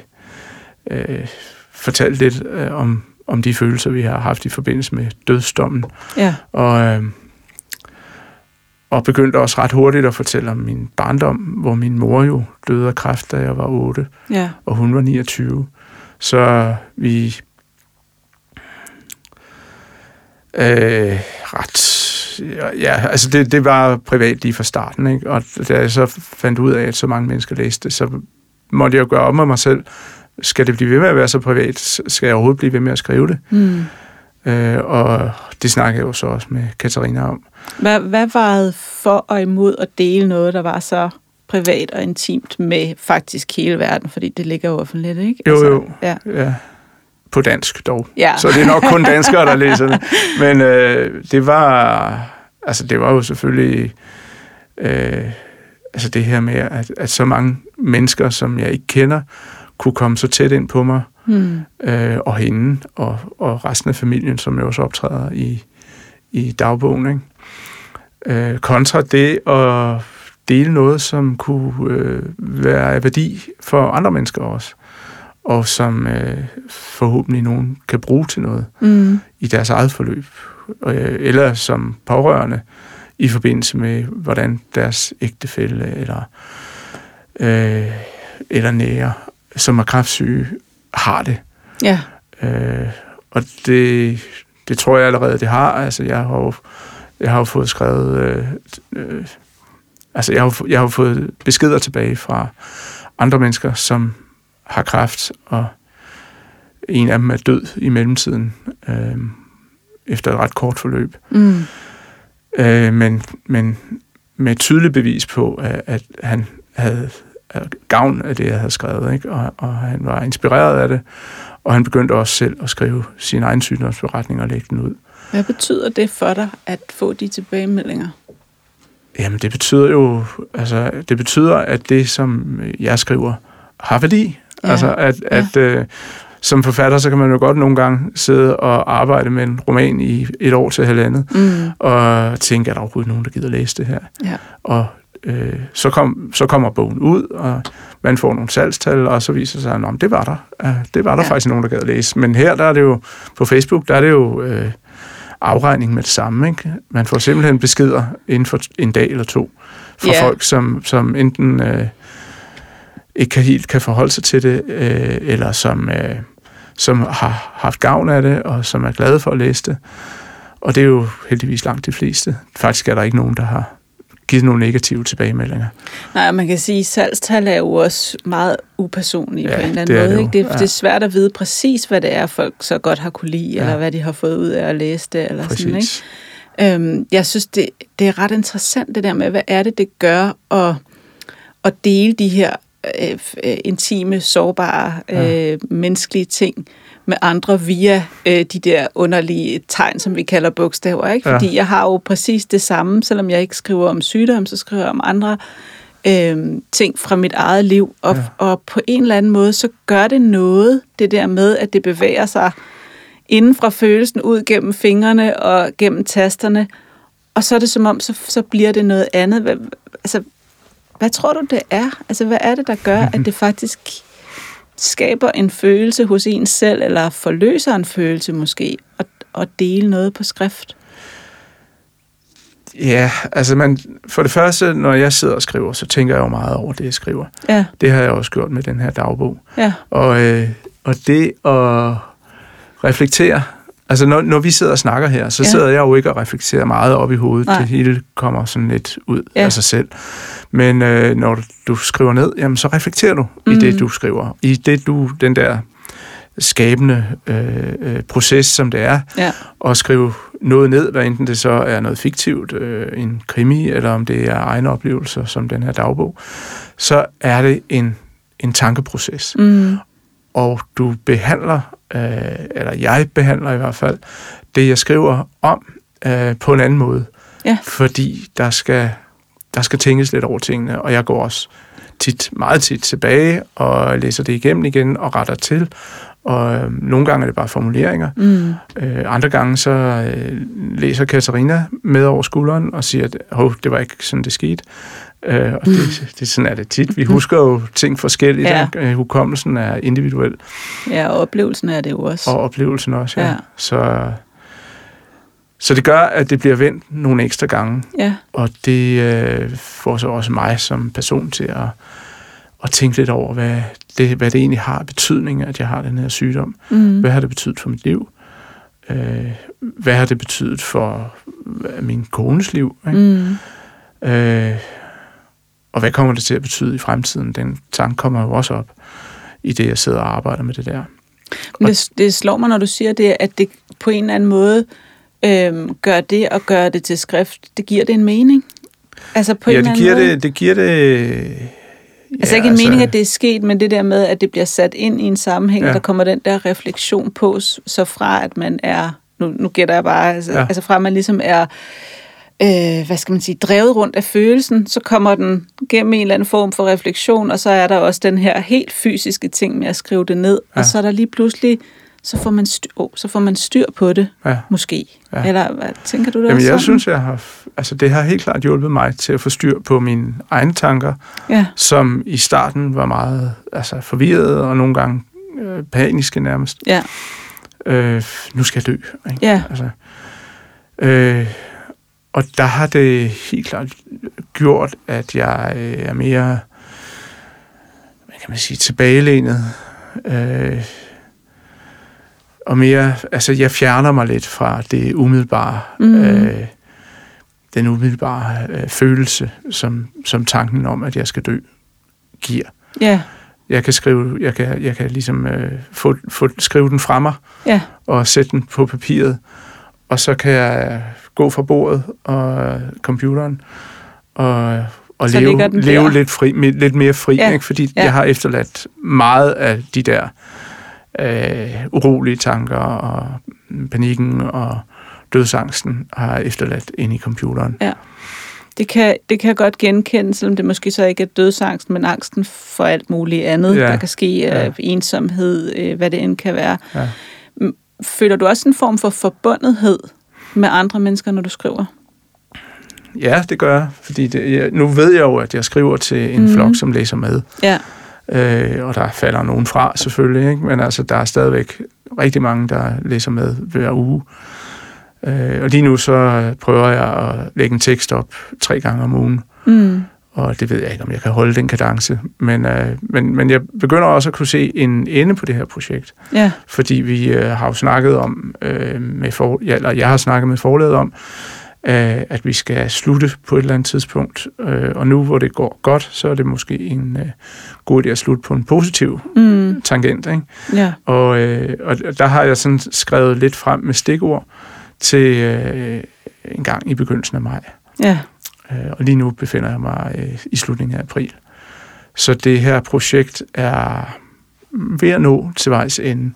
øh, fortalte lidt øh, om, om de følelser, vi har haft i forbindelse med dødsdommen. Ja. Og øh, Og begyndte også ret hurtigt at fortælle om min barndom, hvor min mor jo døde af kræft, da jeg var otte, ja. og hun var niogtyve. Så vi øh, ret... Ja, altså det, det var privat lige fra starten, ikke? Og da jeg så fandt ud af, at så mange mennesker læste det, så måtte jeg jo gøre op med mig selv. Skal det blive ved med at være så privat? Skal jeg overhovedet blive ved med at skrive det? Mm. Øh, og det snakkede jeg jo så også med Katarina om. Hvad, hvad var det for og imod at dele noget, der var så privat og intimt med faktisk hele verden? Fordi det ligger jo offentligt, ikke? Jo, altså, jo. Ja. Ja. På dansk dog. Ja. Så det er nok kun danskere, der læser det. Men øh, det var... Altså, det var jo selvfølgelig... Øh, altså det her med, at, at så mange mennesker, som jeg ikke kender, kunne komme så tæt ind på mig, hmm. øh, og hende, og, og resten af familien, som jo også optræder i, i dagbogen, ikke? Øh, kontra det at dele noget, som kunne øh, være af værdi for andre mennesker også, og som øh, forhåbentlig nogen kan bruge til noget mm. i deres eget forløb, øh, eller som pårørende i forbindelse med, hvordan deres ægtefælle eller, øh, eller nære, som er kræftsyge, har det. Ja. Øh, og det, det tror jeg allerede, det har. Altså, jeg har jo, jeg har jo fået skrevet... Øh, øh, altså, jeg har, jeg har fået beskeder tilbage fra andre mennesker, som har kræft, og en af dem er død i mellemtiden, øh, efter et ret kort forløb. Mm. Øh, men, men med et tydeligt bevis på, at, at han havde gavn af det, jeg havde skrevet, ikke? Og, og han var inspireret af det, og han begyndte også selv at skrive sin egen sygdomsberetning og lægge den ud. Hvad betyder det for dig, at få de tilbagemeldinger? Jamen, det betyder jo, altså, det betyder, at det, som jeg skriver, har værdi. Ja. Altså, at, ja. at øh, som forfatter, så kan man jo godt nogle gange sidde og arbejde med en roman i et år til halvandet, mm. og tænke, er der overhovedet nogen, der gider læse det her? Ja. Og øh, så, kom, så kommer bogen ud, og man får nogle salgstal, og så viser sig, at det var der. Uh, det var der ja. faktisk nogen, der gad læse. Men her, der er det jo, på Facebook, der er det jo øh, afregning med det samme, ikke? Man får simpelthen beskeder inden for en dag eller to fra ja. folk, som, som enten øh, ikke kan, helt kan forholde sig til det, øh, eller som... Øh, som har haft gavn af det, og som er glade for at læse det. Og det er jo heldigvis langt de fleste. Faktisk er der ikke nogen, der har givet nogle negative tilbagemeldinger. Nej, man kan sige, at salgstal er jo også meget upersonlige ja, på en eller anden måde. Det er, ikke? Det, ja. det er svært at vide præcis, hvad det er, folk så godt har kunne lide, ja. eller hvad de har fået ud af at læse det. Eller sådan, ikke? Øhm, jeg synes, det, det er ret interessant, det der med, hvad er det, det gør at, at dele de her Øh, intime, sårbare, ja. øh, menneskelige ting med andre via øh, de der underlige tegn, som vi kalder bogstaver, ikke? Fordi ja. jeg har jo præcis det samme, selvom jeg ikke skriver om sygdom, så skriver jeg om andre øh, ting fra mit eget liv, og, ja. og på en eller anden måde, så gør det noget, det der med, at det bevæger sig inden fra følelsen ud gennem fingrene og gennem tasterne, og så er det som om, så, så bliver det noget andet. Hvad, altså, Hvad tror du, det er? Altså, hvad er det, der gør, at det faktisk skaber en følelse hos en selv, eller forløser en følelse måske, at, at dele noget på skrift? Ja, altså man, for det første, når jeg sidder og skriver, så tænker jeg jo meget over det, jeg skriver. Ja. Det har jeg også gjort med den her dagbog. Ja. Og, øh, og det at reflektere, altså når, når vi sidder og snakker her, så ja. sidder jeg jo ikke og reflekterer meget op i hovedet. Nej. Det hele kommer sådan lidt ud ja. af sig selv. Men øh, når du skriver ned, jamen så reflekterer du mm. i det, du skriver. I det, du, den der skabende øh, proces, som det er, ja. at skrive noget ned, hvad enten det så er noget fiktivt, øh, en krimi, eller om det er egne oplevelser, som den her dagbog, så er det en, en tankeproces. Mm. Og du behandler, øh, eller jeg behandler i hvert fald, det jeg skriver om øh, på en anden måde. Ja. Fordi der skal, der skal tænkes lidt over tingene, og jeg går også tit, meget tit tilbage og læser det igennem igen og retter til. Og øh, nogle gange er det bare formuleringer. Mm. Øh, andre gange så øh, læser Katarina med over skulderen og siger, at oh, det var ikke sådan, det skete. Øh, og det, det, sådan er det tit. Vi husker jo ting forskelligt. Ja. Øh, hukommelsen er individuel. Ja, og oplevelsen er det jo også. Og oplevelsen også, ja. ja. Så, så det gør, at det bliver vendt nogle ekstra gange. Ja. Og det øh, får så også mig som person til at, at tænke lidt over, hvad det, hvad det egentlig har betydning, at jeg har den her sygdom. Mm. Hvad har det betydet for mit liv? Øh, hvad har det betydet for min kones liv? Ikke? Mm. Øh, Og hvad kommer det til at betyde i fremtiden? Den tanke kommer jo også op i det, jeg sidder og arbejder med det der. Men det, det slår mig, når du siger det, at det på en eller anden måde øhm, gør det og gør det til skrift, det giver det en mening? Altså på ja, en det eller giver anden det, det giver det... Ja, altså ikke en altså, mening, at det er sket, men det der med, at det bliver sat ind i en sammenhæng, ja. og der kommer den der refleksion på, så fra at man er, nu, nu gætter jeg bare, altså, ja. altså fra at man ligesom er... Øh, hvad skal man sige, drevet rundt af følelsen, så kommer den gennem en eller anden form for refleksion, og så er der også den her helt fysiske ting med at skrive det ned, ja. og så er der lige pludselig, så får man styr, oh, så får man styr på det, ja. måske. Ja. Eller hvad tænker du der? Jamen, jeg sådan? synes, jeg har, altså det har helt klart hjulpet mig til at få styr på mine egne tanker, ja. som i starten var meget altså, forvirrede, og nogle gange øh, paniske nærmest. Ja. Øh, nu skal jeg dø. Ikke? Ja. Altså, øh, Og der har det helt klart gjort, at jeg er mere, hvad kan man sige, tilbagelænet. Øh, og mere, altså jeg fjerner mig lidt fra det umiddelbare, Mm. øh, den umiddelbare øh, følelse, som, som tanken om, at jeg skal dø, giver. Ja. Jeg kan skrive, jeg kan, jeg kan ligesom øh, få, få, skrive den fra mig, Ja. og sætte den på papiret, og så kan jeg gå fra bordet og computeren, og, og Så ligger den leve, der. leve lidt, fri, lidt mere fri, Ja. ikke? Fordi Ja. jeg har efterladt meget af de der øh, urolige tanker, og panikken, og dødsangsten, har jeg efterladt inde i computeren. Ja. Det kan, det kan jeg godt genkende, selvom det måske så ikke er dødsangst, men angsten for alt muligt andet, Ja. der kan ske, Ja. øh, ensomhed, øh, hvad det end kan være. Ja. Føler du også en form for forbundethed med andre mennesker, når du skriver? Ja, det gør jeg, fordi det, jeg, nu ved jeg jo, at jeg skriver til en Mhm. flok, som læser med. Ja. Øh, og der falder nogen fra, selvfølgelig, ikke? Men altså, der er stadigvæk rigtig mange, der læser med hver uge. Øh, og lige nu så prøver jeg at lægge en tekst op tre gange om ugen, Mm. og det ved jeg ikke, om jeg kan holde den kadence. Men, øh, men, men jeg begynder også at kunne se en ende på det her projekt, Ja. fordi vi øh, har jo snakket om, øh, med for, ja, eller jeg har snakket med forlaget om, øh, at vi skal slutte på et eller andet tidspunkt. Øh, og nu, hvor det går godt, så er det måske en øh, god idé at slutte på en positiv Mm. tangent, ikke? Ja. Og, øh, og der har jeg sådan skrevet lidt frem med stikord til øh, en gang i begyndelsen af maj. Ja. Øh, og lige nu befinder jeg mig øh, i slutningen af april. Så det her projekt er ved at nå til vejs ende.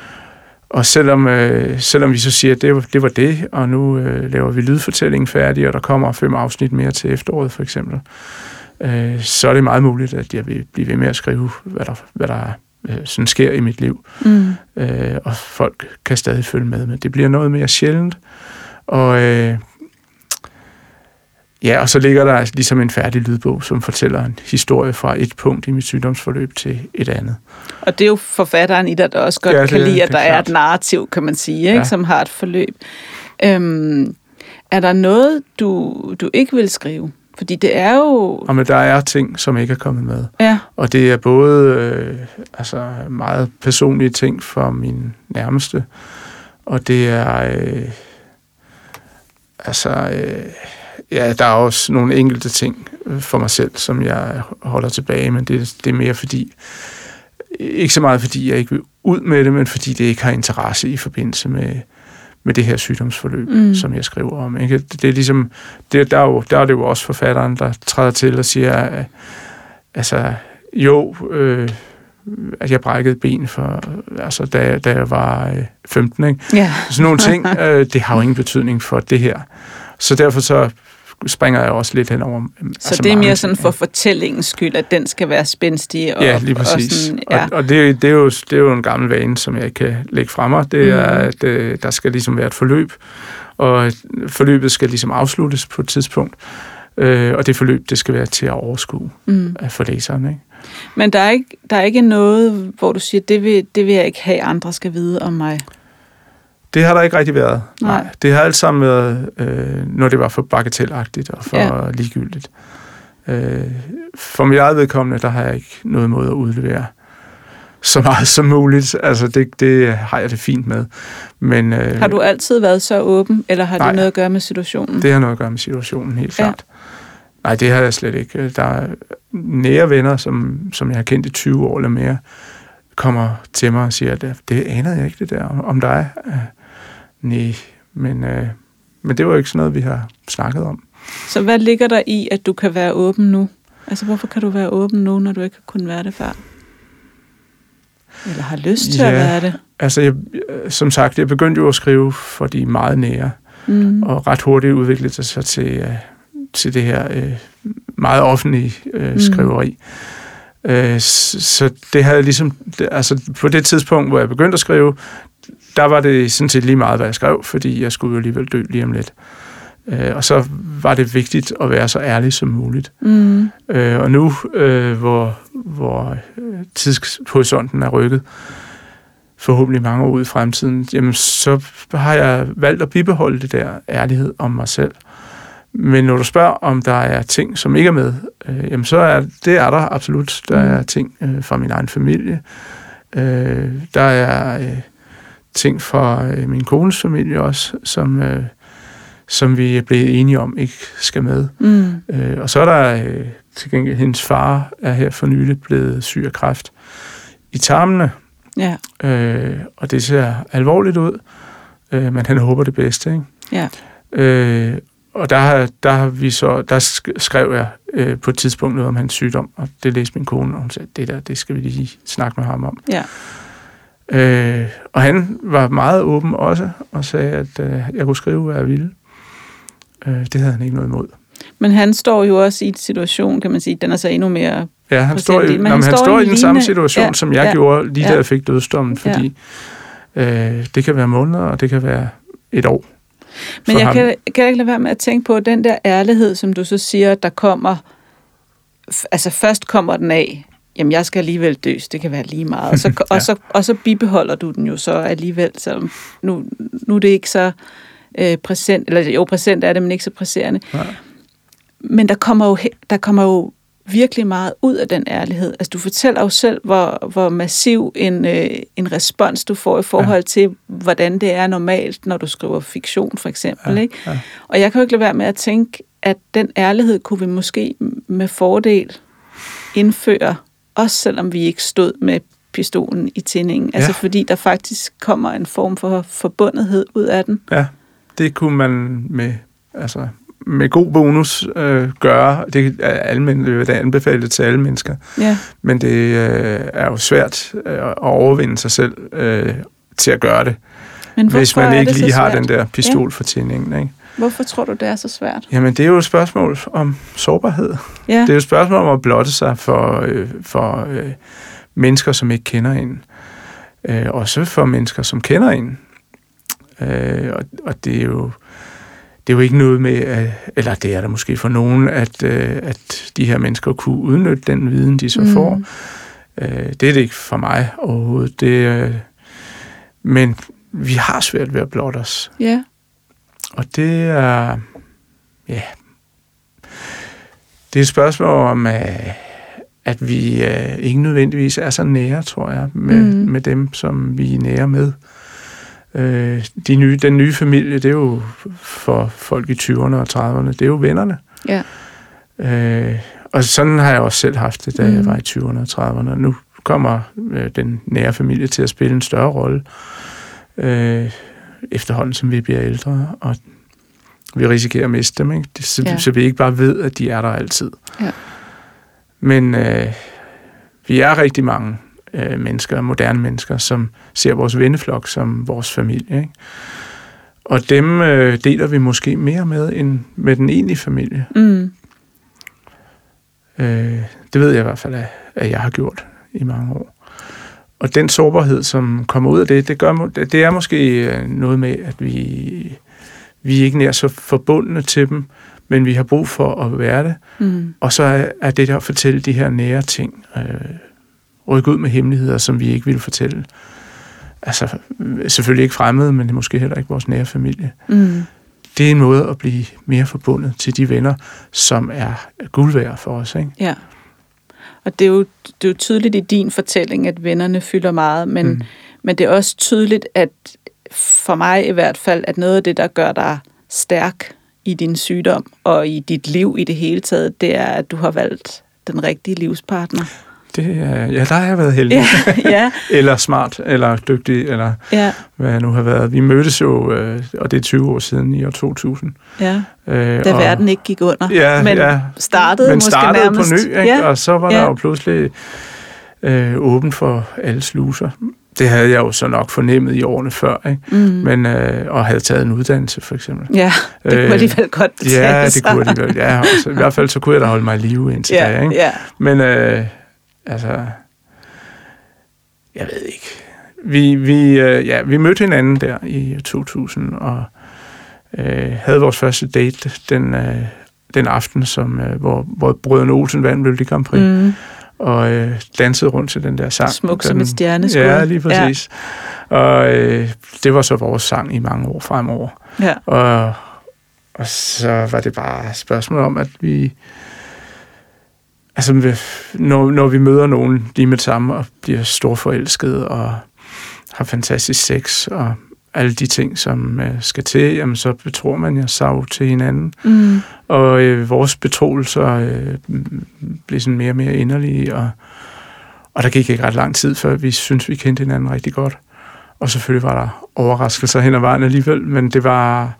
Og selvom, øh, selvom vi så siger, at det var det, var det og nu øh, laver vi lydfortællingen færdig, og der kommer fem afsnit mere til efteråret for eksempel, øh, så er det meget muligt, at jeg vil blive ved med at skrive, hvad der, hvad der øh, sådan sker i mit liv. Mm. Øh, og folk kan stadig følge med, men det bliver noget mere sjældent. Og øh, ja, og så ligger der ligesom en færdig lydbog, som fortæller en historie fra et punkt i mit sygdomsforløb til et andet. Og det er jo forfatteren i dig, der også godt Ja, ja, det kan er- lide, at det er der er klart. et narrativ, kan man sige, ikke? Ja. Som har et forløb. Øhm, er der noget, du, du ikke vil skrive? Fordi det er jo... Og men der er ting, som ikke er kommet med. Ja. Og det er både øh, altså meget personlige ting for min nærmeste, og det er øh, altså øh, ja, der er også nogle enkelte ting for mig selv, som jeg holder tilbage, men det, det er mere fordi, ikke så meget fordi jeg ikke vil ud med det, men fordi det ikke har interesse i forbindelse med med det her sygdomsforløb, Mm. mm. som jeg skriver om. Ikke? Det er ligesom, det, der, er jo, der er det jo også forfatteren, der træder til og siger, at, altså, jo, øh, at jeg brækkede ben for, altså, da, da jeg var øh, femten. Ikke? Ja. Sådan nogle ting, øh, det har jo ingen betydning for det her. Så derfor så springer jeg også lidt hen over. Så altså det er mange mere sådan ting, for fortællingens skyld, at den skal være spændstig. Og, ja, lige præcis. Og, sådan, ja. og, og det, det, er jo, det er jo en gammel vane, som jeg ikke kan lægge fra mig. Det er, Mm. at øh, der skal ligesom være et forløb, og forløbet skal ligesom afsluttes på et tidspunkt. Øh, og det forløb, det skal være til at overskue Mm. for læseren. Ikke? Men der er, ikke, der er ikke noget, hvor du siger, det vil, det vil jeg ikke have, andre skal vide om mig. Det har der ikke rigtig været. Nej. Nej. Det har alt sammen været, øh, når det var for bagatelagtigt og for Ja. ligegyldigt. Øh, for mit eget vedkommende, der har jeg ikke noget måde at udlevere så meget som muligt. Altså, det, det har jeg det fint med. Men, øh, Har du altid været så åben, eller har Nej. det noget at gøre med situationen? det har noget at gøre med situationen, helt Ja. klart. Nej, det har jeg slet ikke. Der er nære venner, som, som jeg har kendt i tyve år eller mere, kommer til mig og siger, at det anede jeg ikke, det der om dig. Øh, nej, men, øh, men det var jo ikke sådan noget, vi har snakket om. Så hvad ligger der i, at du kan være åben nu? Altså, hvorfor kan du være åben nu, når du ikke kunne være det før? Eller har lyst til Ja. at være det? Altså, jeg, som sagt, jeg begyndte jo at skrive for de meget nære, Mm. og ret hurtigt udviklede det sig til, øh, til det her øh, meget offentlige øh, Mm. skriveri. Øh, så, så det havde ligesom, det, altså på det tidspunkt, hvor jeg begyndte at skrive, der var det sådan set lige meget, hvad jeg skrev, fordi jeg skulle jo alligevel dø lige om lidt. Øh, og så var det vigtigt at være så ærlig som muligt. Mm. Øh, og nu, øh, hvor, hvor øh, tidshorisonten er rykket, forhåbentlig mange år ud i fremtiden, jamen så har jeg valgt at bibeholde det der ærlighed om mig selv. Men når du spørger, om der er ting, som ikke er med, øh, jamen så er det er der absolut. Der er ting øh, fra min egen familie. Øh, der er øh, ting fra øh, min kones familie også, som, øh, som vi er blevet enige om ikke skal med. Mm. Øh, og så er der øh, til gengæld, hendes far er her for nylig blevet syg af kræft i tarmene. Ja. Øh, og det ser alvorligt ud, øh, men han håber det bedste, ikke? Ja. Øh, og der har, der har vi så, der skrev jeg øh, på et tidspunkt noget om hans sygdom, og det læste min kone, og hun sagde, det der, det skal vi lige snakke med ham om. Ja. Øh, og han var meget åben også, og sagde, at øh, jeg kunne skrive, hvad jeg ville. Øh, det havde han ikke noget imod. Men han står jo også i en situation, kan man sige, den er så endnu mere... Ja, han står i, han, han står, står i den samme situation, ja, som jeg ja, gjorde, lige ja, da jeg fik dødsdommen, fordi ja. øh, det kan være måneder, og det kan være et år. Men jeg kan, kan ikke lade være med at tænke på, den der ærlighed, som du så siger, der kommer... Altså først kommer den af, jamen jeg skal alligevel døs, det kan være lige meget, og så, ja. og så, og så bibeholder du den jo så alligevel, selvom nu, nu er det ikke så øh, præsent, eller jo præsent er det, men ikke så presserende. Ja. Men der kommer jo, der kommer jo virkelig meget ud af den ærlighed. Altså, du fortæller jo selv, hvor, hvor massiv en, øh, en respons du får i forhold ja. til, hvordan det er normalt, når du skriver fiktion, for eksempel. Ja. Ikke? Ja. Og jeg kan jo ikke lade være med at tænke, at den ærlighed kunne vi måske med fordel indføre, også selvom vi ikke stod med pistolen i tændingen. Ja. Altså, fordi der faktisk kommer en form for forbundethed ud af den. Ja, det kunne man med... altså med god bonus øh, gøre. Det er almindeligt, det er anbefalet til alle mennesker. Ja. Men det øh, er jo svært øh, at overvinde sig selv øh, til at gøre det, hvis man ikke lige har den der pistol ja. for tændingen. Ikke? Hvorfor tror du, det er så svært? Jamen, det er jo et spørgsmål om sårbarhed. Ja. Det er jo et spørgsmål om at blotte sig for, øh, for øh, mennesker, som ikke kender en. Øh, også for mennesker, som kender en. Øh, og, og det er jo Det er jo ikke noget med, eller det er der måske for nogen, at, at de her mennesker kunne udnytte den viden, de så mm. får. Det er det ikke for mig overhovedet. Det, men vi har svært ved at blotte os. Ja. Yeah. Og det er, ja, det er et spørgsmål om, at vi ikke nødvendigvis er så nære, tror jeg, med, mm. med dem, som vi er nære med. Øh, de nye, den nye familie, det er jo for folk i tyverne og trediverne, det er jo vennerne. Ja. Øh, og sådan har jeg også selv haft det, da mm. jeg var i tyverne og trediverne. Nu kommer øh, den nære familie til at spille en større rolle, øh, efterhånden som vi bliver ældre, og vi risikerer at miste dem, ikke? Det, så, ja. så vi ikke bare ved, at de er der altid. Ja. Men øh, vi er rigtig mange øh, mennesker, moderne mennesker, som ser vores venneflok som vores familie, ikke? Og dem øh, deler vi måske mere med, end med den egentlige familie. Mm. Øh, det ved jeg i hvert fald, at jeg har gjort i mange år. Og den sårbarhed, som kommer ud af det, det, gør, det er måske noget med, at vi, vi ikke er så forbundne til dem, men vi har brug for at være det. Mm. Og så er, er det der at fortælle de her nære ting, øh, rykke ud med hemmeligheder, som vi ikke ville fortælle. Altså, selvfølgelig ikke fremmede, men det er måske heller ikke vores nære familie. Mm. Det er en måde at blive mere forbundet til de venner, som er guld værd for os, ikke? Ja. Og det er, jo, det er jo tydeligt i din fortælling, at vennerne fylder meget, men, mm. men det er også tydeligt, at for mig i hvert fald, at noget af det, der gør dig stærk i din sygdom og i dit liv i det hele taget, det er, at du har valgt den rigtige livspartner. Det er, ja, der har jeg været heldig. Ja, ja. Eller smart, eller dygtig, eller ja. hvad jeg nu har været. Vi mødtes jo, øh, og det er tyve år siden, i år to tusind. Ja, øh, da og, verden ikke gik under, ja, men ja, startede men måske startede nærmest. på ny, ikke? Ja. Og så var ja. der jo pludselig øh, åben for alle sluser. Det havde jeg jo så nok fornemmet i årene før, ikke? Mm. Men, øh, og havde taget en uddannelse, for eksempel. Ja, det kunne øh, alligevel godt betale Ja, det kunne alligevel, ja. Så, i hvert fald så kunne jeg da holde mig i live indtil ja, da, ikke? Ja. Men, øh, altså, jeg ved ikke. Vi, vi, øh, ja, vi mødte hinanden der i to tusind, og øh, havde vores første date den, øh, den aften, som, øh, hvor, hvor Brødrene Olsen vandt Melodi Grand Prix. Mm. Og øh, dansede rundt til den der sang. Smuk som et stjerneskud. Ja, lige præcis. Ja. Og øh, det var så vores sang i mange år fremover. Ja. Og, og så var det bare et spørgsmål om, at vi... Altså, når, når vi møder nogen lige med det samme og bliver storforelskede og har fantastisk sex og alle de ting, som øh, skal til, jamen så betror man jo sig jo til hinanden. Mm. Og øh, vores betroelser øh, blev sådan mere og mere inderlige, og, og der gik ikke ret lang tid, før vi syntes, vi kendte hinanden rigtig godt. Og selvfølgelig var der overraskelser hen ad vejen alligevel, men det var...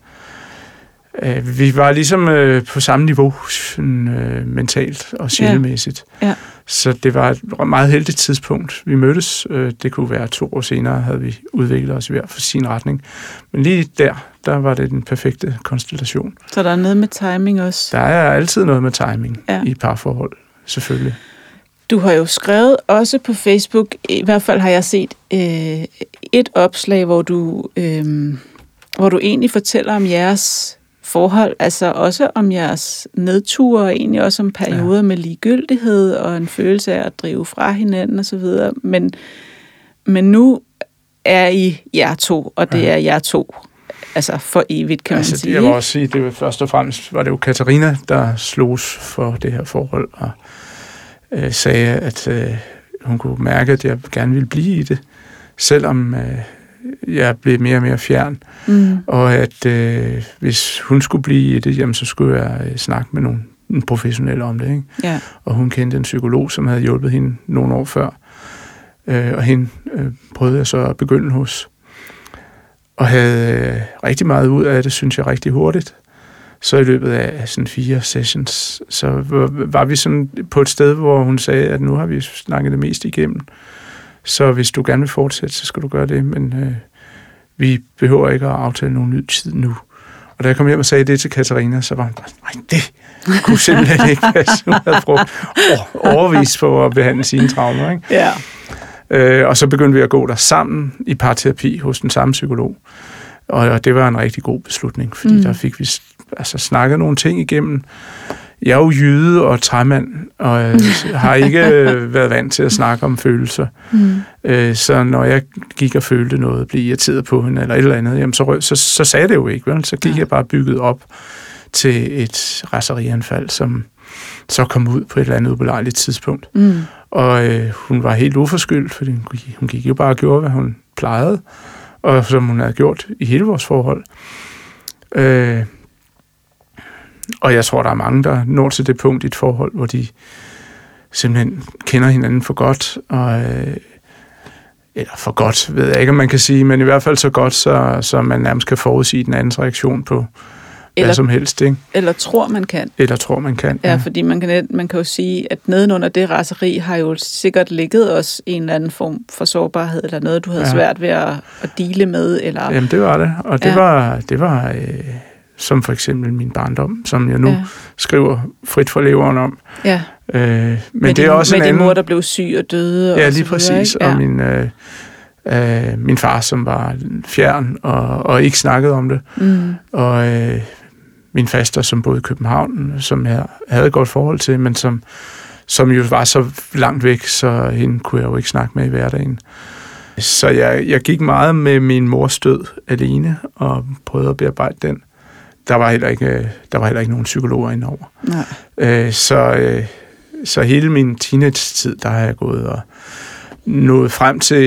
Øh, vi var ligesom øh, på samme niveau, sådan, øh, mentalt og sjælemæssigt. Ja. Ja. Så det var et meget heldigt tidspunkt. Vi mødtes, øh, det kunne være to år senere, havde vi udviklet os i hver for sin retning. Men lige der, der var det den perfekte konstellation. Så der er noget med timing også? Der er altid noget med timing ja. i parforhold, selvfølgelig. Du har jo skrevet også på Facebook, i hvert fald har jeg set øh, et opslag, hvor du, øh, hvor du egentlig fortæller om jeres forhold, altså også om jeres nedture, og egentlig også om perioder ja. med ligegyldighed, og en følelse af at drive fra hinanden og så videre. Men, men nu er I jer to, og det ja. er jer to. Altså for evigt, kan altså, man sige. Jeg vil også sige, det var først og fremmest, var det jo Katarina, der slogs for det her forhold, og øh, sagde, at øh, hun kunne mærke, at jeg gerne ville blive i det, selvom øh, jeg blev mere og mere fjern. Mm. Og at øh, hvis hun skulle blive i det, jamen, så skulle jeg øh, snakke med nogle professionelle om det. Ikke? Ja. Og hun kendte en psykolog, som havde hjulpet hende nogle år før. Øh, og hende øh, prøvede jeg så at begynde hos. Og havde øh, rigtig meget ud af det, synes jeg, rigtig hurtigt. Så i løbet af sådan fire sessions, så var, var vi sådan på et sted, hvor hun sagde, at nu har vi snakket det mest igennem. Så hvis du gerne vil fortsætte, så skal du gøre det, men øh, vi behøver ikke at aftale nogen ny tid nu. Og da jeg kom hjem og sagde det til Katarina, så var hun bare, nej, det kunne simpelthen ikke passe. Hun havde brugt overvis på at behandle sine traumer, ikke? Ja. Øh, og så begyndte vi at gå der sammen i parterapi hos den samme psykolog. Og, og det var en rigtig god beslutning, fordi mm. der fik vi altså, snakket nogle ting igennem. Jeg er jo jyde og træmand, og øh, har ikke øh, været vant til at snakke om følelser. Mm. Øh, så når jeg gik og følte noget, blev irriteret på hende eller et eller andet, jamen, så, så, så sagde det jo ikke, vel? Så gik ja. jeg bare bygget op til et raserianfald, som så kom ud på et eller andet ubelejligt tidspunkt. Mm. Og øh, hun var helt uforskyldt, fordi hun, hun gik jo bare og gjorde, hvad hun plejede, og som hun havde gjort i hele vores forhold. Øh, Og jeg tror, der er mange, der når til det punkt i et forhold, hvor de simpelthen kender hinanden for godt, og, øh, eller for godt, ved jeg ikke, om man kan sige, men i hvert fald så godt, så, så man nærmest kan forudsige den andens reaktion på eller, hvad som helst. Ikke? Eller tror, man kan. Eller tror, man kan. Ja, ja, fordi man kan, man kan jo sige, at nedenunder det raseri har jo sikkert ligget også en eller anden form for sårbarhed, eller noget, du havde ja. svært ved at, at dele med. Eller... Jamen, det var det, og det ja. var... Det var øh, som for eksempel min barndom, som jeg nu ja. skriver frit for leveren om. Ja. Øh, men med det er din, også med en anden... mor, der blev syg og døde. Ja, og lige så præcis. Videre, ja. Og min, øh, øh, min far, som var fjern og, og ikke snakkede om det. Mm. Og øh, min faster, som boede i København, som jeg havde et godt forhold til, men som, som jo var så langt væk, så hende kunne jeg jo ikke snakke med i hverdagen. Så jeg, jeg gik meget med min mors død alene og prøvede at bearbejde den. Der var heller ikke, der var heller ikke nogen psykologer indover. Nej. Øh, så, øh, så hele min teenage-tid, der har jeg gået og nået frem til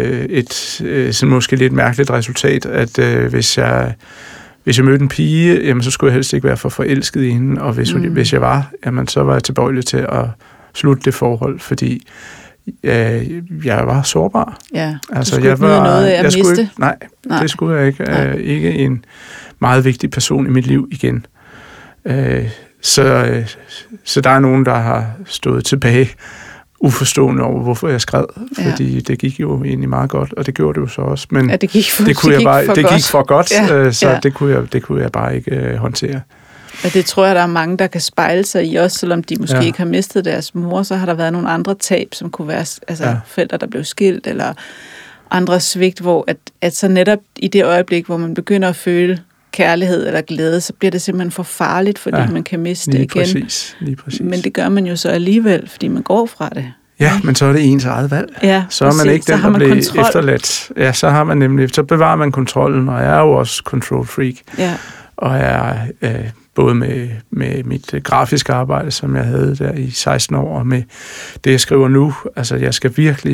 et øh, sådan måske lidt mærkeligt resultat, at øh, hvis jeg hvis jeg mødte en pige, jamen, så skulle jeg helst ikke være for forelsket i hende, og hvis, mm. hvis jeg var, jamen, så var jeg tilbøjelig til at slutte det forhold, fordi øh, jeg var sårbar. Ja, du altså, skulle jeg ikke var, noget af at jeg miste. Skulle ikke, nej, nej, det skulle jeg ikke. Nej. Øh, ikke en meget vigtig person i mit liv igen. Øh, så, øh, så der er nogen, der har stået tilbage uforstående over, hvorfor jeg skrev, fordi ja. det gik jo egentlig meget godt, og det gjorde det jo så også. Men ja, det gik for, det kunne det jeg bare, gik for det godt. gik for godt, ja. øh, så ja. det, kunne jeg, det kunne jeg bare ikke øh, håndtere. Og det tror jeg, der er mange, der kan spejle sig i også, selvom de måske ja. ikke har mistet deres mor, så har der været nogle andre tab, som kunne være altså ja. forældre, der blev skilt, eller andre svigt, hvor at, at så netop i det øjeblik, hvor man begynder at føle kærlighed eller glæde, så bliver det simpelthen for farligt, fordi ja, man kan miste det igen. Præcis, lige præcis. Men det gør man jo så alligevel, fordi man går fra det. Ja, men så er det ens eget valg. Ja, så er man præcis. ikke den, der bliver efterladt. Ja, så har man nemlig, så bevarer man kontrollen, og jeg er jo også control freak. Ja. Og jeg er øh, både med, med mit grafiske arbejde, som jeg havde der i seksten år, og med det, jeg skriver nu. Altså, jeg skal virkelig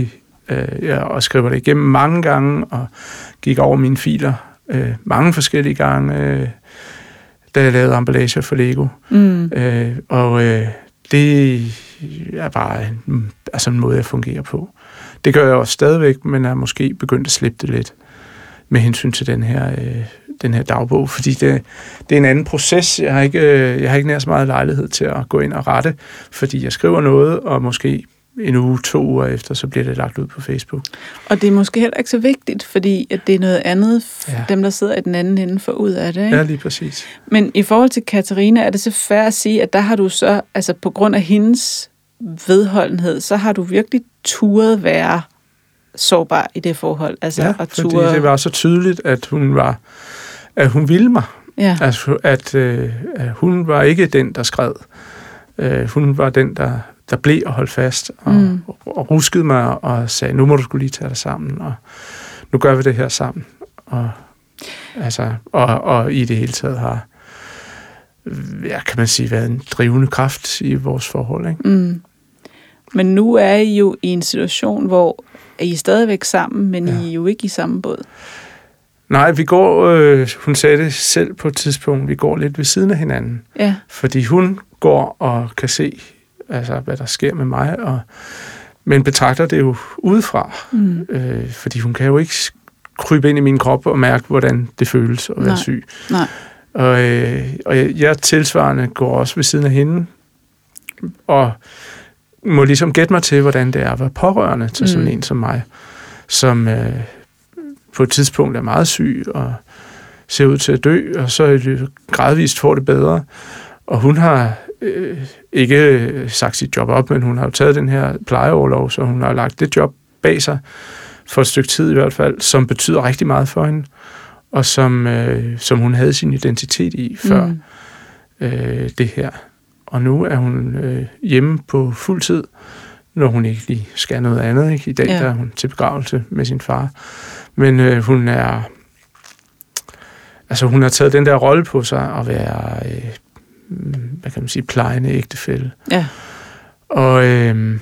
øh, ja, og skriver det igennem mange gange, og gik over mine filer øh, mange forskellige gange, øh, da jeg lavede emballager for Lego. Mm. Øh, og øh, det er bare en, altså en måde, jeg fungerer på. Det gør jeg også stadigvæk, men er måske begyndt at slippe det lidt med hensyn til den her, øh, den her dagbog, fordi det, det er en anden proces. Jeg har, ikke, øh, jeg har ikke nær så meget lejlighed til at gå ind og rette, fordi jeg skriver noget, og måske en uge, to uger efter, så bliver det lagt ud på Facebook. Og det er måske heller ikke så vigtigt, fordi at det er noget andet, ja. Dem, der sidder i den anden ende, får ud af det. Ikke? Ja, lige præcis. Men i forhold til Katarina, er det så fair at sige, at der har du så, altså på grund af hendes vedholdenhed, så har du virkelig turet være sårbar i det forhold. Altså, ja, at fordi ture... det var så tydeligt, at hun var, at hun ville mig. Ja. Altså, at, øh, at hun var ikke den, der skred. Øh, hun var den, der, der blev og holdt fast, og, mm. og, og ruskede mig og sagde, nu må du skulle lige tage dig sammen, og nu gør vi det her sammen. Og, altså, og, og i det hele taget har, ja, kan man sige, været en drivende kraft i vores forhold. Ikke? Mm. Men nu er I jo i en situation, hvor I er stadigvæk sammen, men ja. I er jo ikke i samme båd. Nej, vi går, øh, hun sagde det selv på et tidspunkt, vi går lidt ved siden af hinanden. Ja. Fordi hun går og kan se, altså, hvad der sker med mig, og, men betragter det jo udefra. Mm. Øh, fordi hun kan jo ikke krybe ind i min krop og mærke, hvordan det føles at være Nej. syg. Nej. Og, øh, og jeg, jeg tilsvarende går også ved siden af hende, og må ligesom gætte mig til, hvordan det er at være pårørende til mm. sådan en som mig, som øh, på et tidspunkt er meget syg og ser ud til at dø, og så gradvist får det bedre. Og hun har øh, ikke sagt sit job op, men hun har jo taget den her plejeorlov, så hun har lagt det job bag sig, for et stykke tid i hvert fald, som betyder rigtig meget for hende, og som, øh, som hun havde sin identitet i før mm. øh, det her. Og nu er hun øh, hjemme på fuld tid, når hun ikke lige skal noget andet. Ikke? I dag ja. Der er hun til begravelse med sin far. Men øh, hun er... Altså, hun har taget den der rolle på sig at være, øh, hvad kan man sige, plejende ægtefælle. Ja. Og, øh,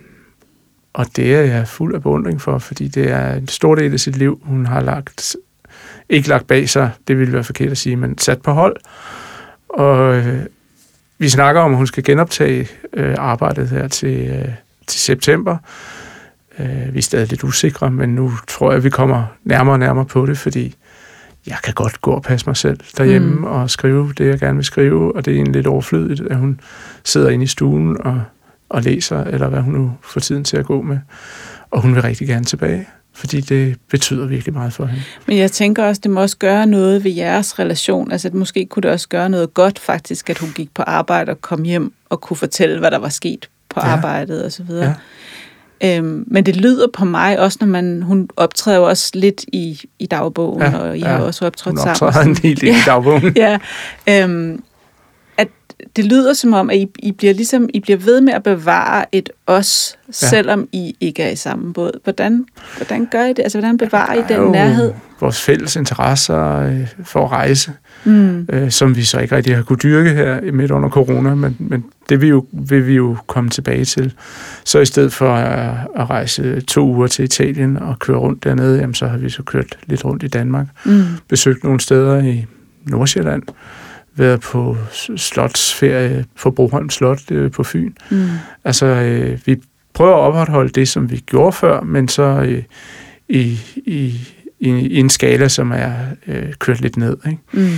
og det er jeg fuld af beundring for, fordi det er en stor del af sit liv, hun har lagt, ikke lagt bag sig, det ville være forkert at sige, men sat på hold. Og øh, vi snakker om, at hun skal genoptage øh, arbejdet her til, øh, til september. Øh, vi er stadig lidt usikre, men nu tror jeg, at vi kommer nærmere og nærmere på det, fordi jeg kan godt gå og passe mig selv derhjemme mm. og skrive det, jeg gerne vil skrive, og det er egentlig lidt overflødigt, at hun sidder inde i stuen og, og læser, eller hvad hun nu får tiden til at gå med. Og hun vil rigtig gerne tilbage, fordi det betyder virkelig meget for hende. Men jeg tænker også, det må også gøre noget ved jeres relation. Altså, måske kunne det også gøre noget godt, faktisk, at hun gik på arbejde og kom hjem og kunne fortælle, hvad der var sket på ja. arbejdet og så videre. Ja. Øhm, men det lyder på mig også, når man, hun optræder jo også lidt i, i dagbogen, ja, og I ja, har også optrådt sammen. Hun optræder en hel del ja, i dagbogen. Ja, øhm, at det lyder som om, at I, I bliver ligesom, I bliver ved med at bevare et os, ja. selvom I ikke er i samme båd. Hvordan, hvordan gør I det? Altså, hvordan bevarer I den nærhed? Vores fælles interesser øh, for at rejse, mm. øh, som vi så ikke rigtig har kunne dyrke her midt under corona, men, men det vil, jo, vil vi jo komme tilbage til. Så i stedet for at, at rejse to uger til Italien og køre rundt dernede, jamen, så har vi så kørt lidt rundt i Danmark, mm. besøgt nogle steder i Nordsjælland, været på slotsferie på Broholm Slot øh, på Fyn. Mm. Altså, øh, vi prøver at opretholde det, som vi gjorde før, men så øh, i, i, i, i en skala, som er øh, kørt lidt ned. Ikke? Mm.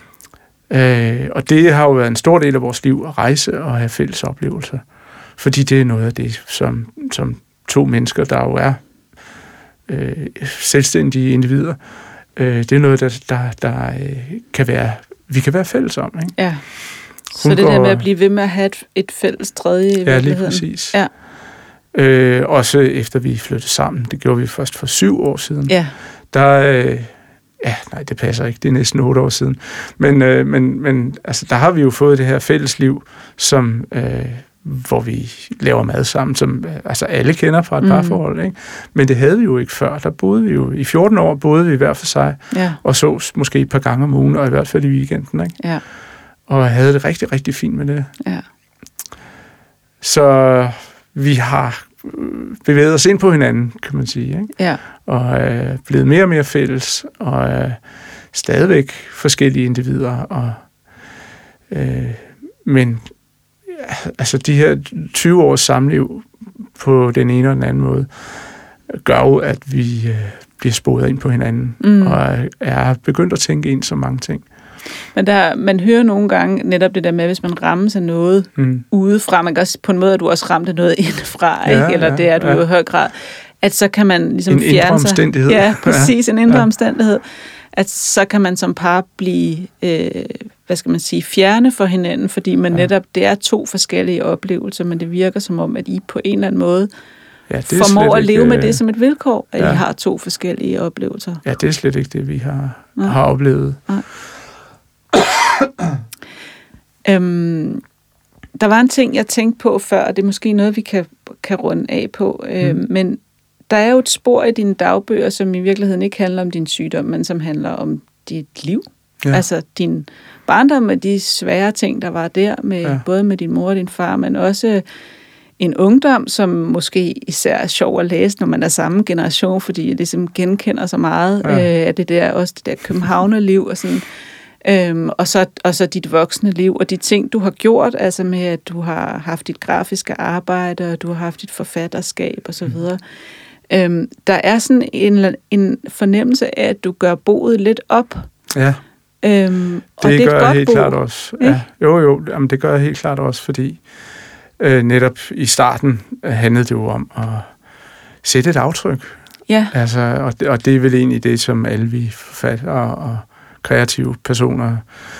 Øh, og det har jo været en stor del af vores liv, at rejse og have fælles oplevelser. Fordi det er noget af det, som, som to mennesker, der jo er øh, selvstændige individer, øh, det er noget, der, der, der øh, kan være, vi kan være fælles om. Ikke? Ja. Så Hun det går, der med at blive ved med at have et, et fælles tredje i ja, lige præcis. Ja. Øh, også efter vi flyttede sammen. Det gjorde vi først for syv år siden. Ja. Der, øh, ja, nej, det passer ikke. Det er næsten otte år siden. Men, øh, men, men altså, der har vi jo fået det her fælles liv, som, øh, hvor vi laver mad sammen, som altså, alle kender fra et mm. parforhold. Ikke? Men det havde vi jo ikke før. Der boede vi jo, i fjorten år boede vi hver for sig, ja. og sås måske et par gange om ugen, og i hvert fald i weekenden. Ikke? Ja. Og havde det rigtig, rigtig fint med det. Ja. Så vi har bevæget os ind på hinanden, kan man sige. Ikke? Ja. Og er øh, blevet mere og mere fælles, og er øh, stadigvæk forskellige individer. Og, øh, men ja, altså de her tyve års samliv på den ene og den anden måde, gør jo, at vi øh, bliver sporet ind på hinanden, mm. og er begyndt at tænke ind så mange ting. Men der, man hører nogle gange netop det der med, hvis man rammes af noget mm. udefra, man kan også på en måde, at du også ramte noget indefra, ja, ikke? Eller ja, det er du ja. i høj grad, at så kan man ligesom en fjerne sig. En indre omstændighed. Ja, præcis, ja. en indre ja. omstændighed. At så kan man som par blive, øh, hvad skal man sige, fjerne for hinanden, fordi man ja. netop, det er to forskellige oplevelser, men det virker som om, at I på en eller anden måde ja, formår at leve ikke, med det som et vilkår, at ja. I har to forskellige oplevelser. Ja, det er slet ikke det, vi har, ja. har oplevet. Ja. øhm, der var en ting, jeg tænkte på før, og det er måske noget, vi kan, kan runde af på, øhm, mm. men der er jo et spor i dine dagbøger, som i virkeligheden ikke handler om din sygdom, men som handler om dit liv. Ja. Altså din barndom med de svære ting, der var der, med, ja. både med din mor og din far, men også en ungdom, som måske især er sjov at læse, når man er samme generation, fordi jeg ligesom genkender så meget ja. øh, af det der, også det der københavnerliv og sådan. Øhm, og, så, og så dit voksne liv, og de ting, du har gjort, altså med, at du har haft dit grafiske arbejde, og du har haft dit forfatterskab og så videre. Mm. Øhm, der er sådan en, en fornemmelse af, at du gør boet lidt op. Ja, øhm, det, det gør jeg helt bo. klart også. Ja. Jo, jo, jamen, det gør jeg helt klart også, fordi øh, netop i starten handlede det jo om at sætte et aftryk. Ja. Altså, og, det, og det er vel egentlig det, som alle vi forfattere og kreative personer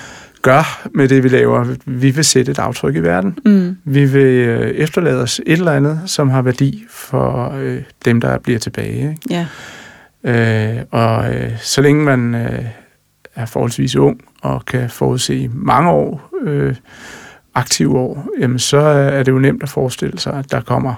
gør med det, vi laver. Vi vil sætte et aftryk i verden. Mm. Vi vil øh, efterlade os et eller andet, som har værdi for øh, dem, der bliver tilbage. Ikke? Ja. Øh, og øh, så længe man øh, er forholdsvis ung og kan forudse mange år, øh, aktive år, jamen, så er det jo nemt at forestille sig, at der kommer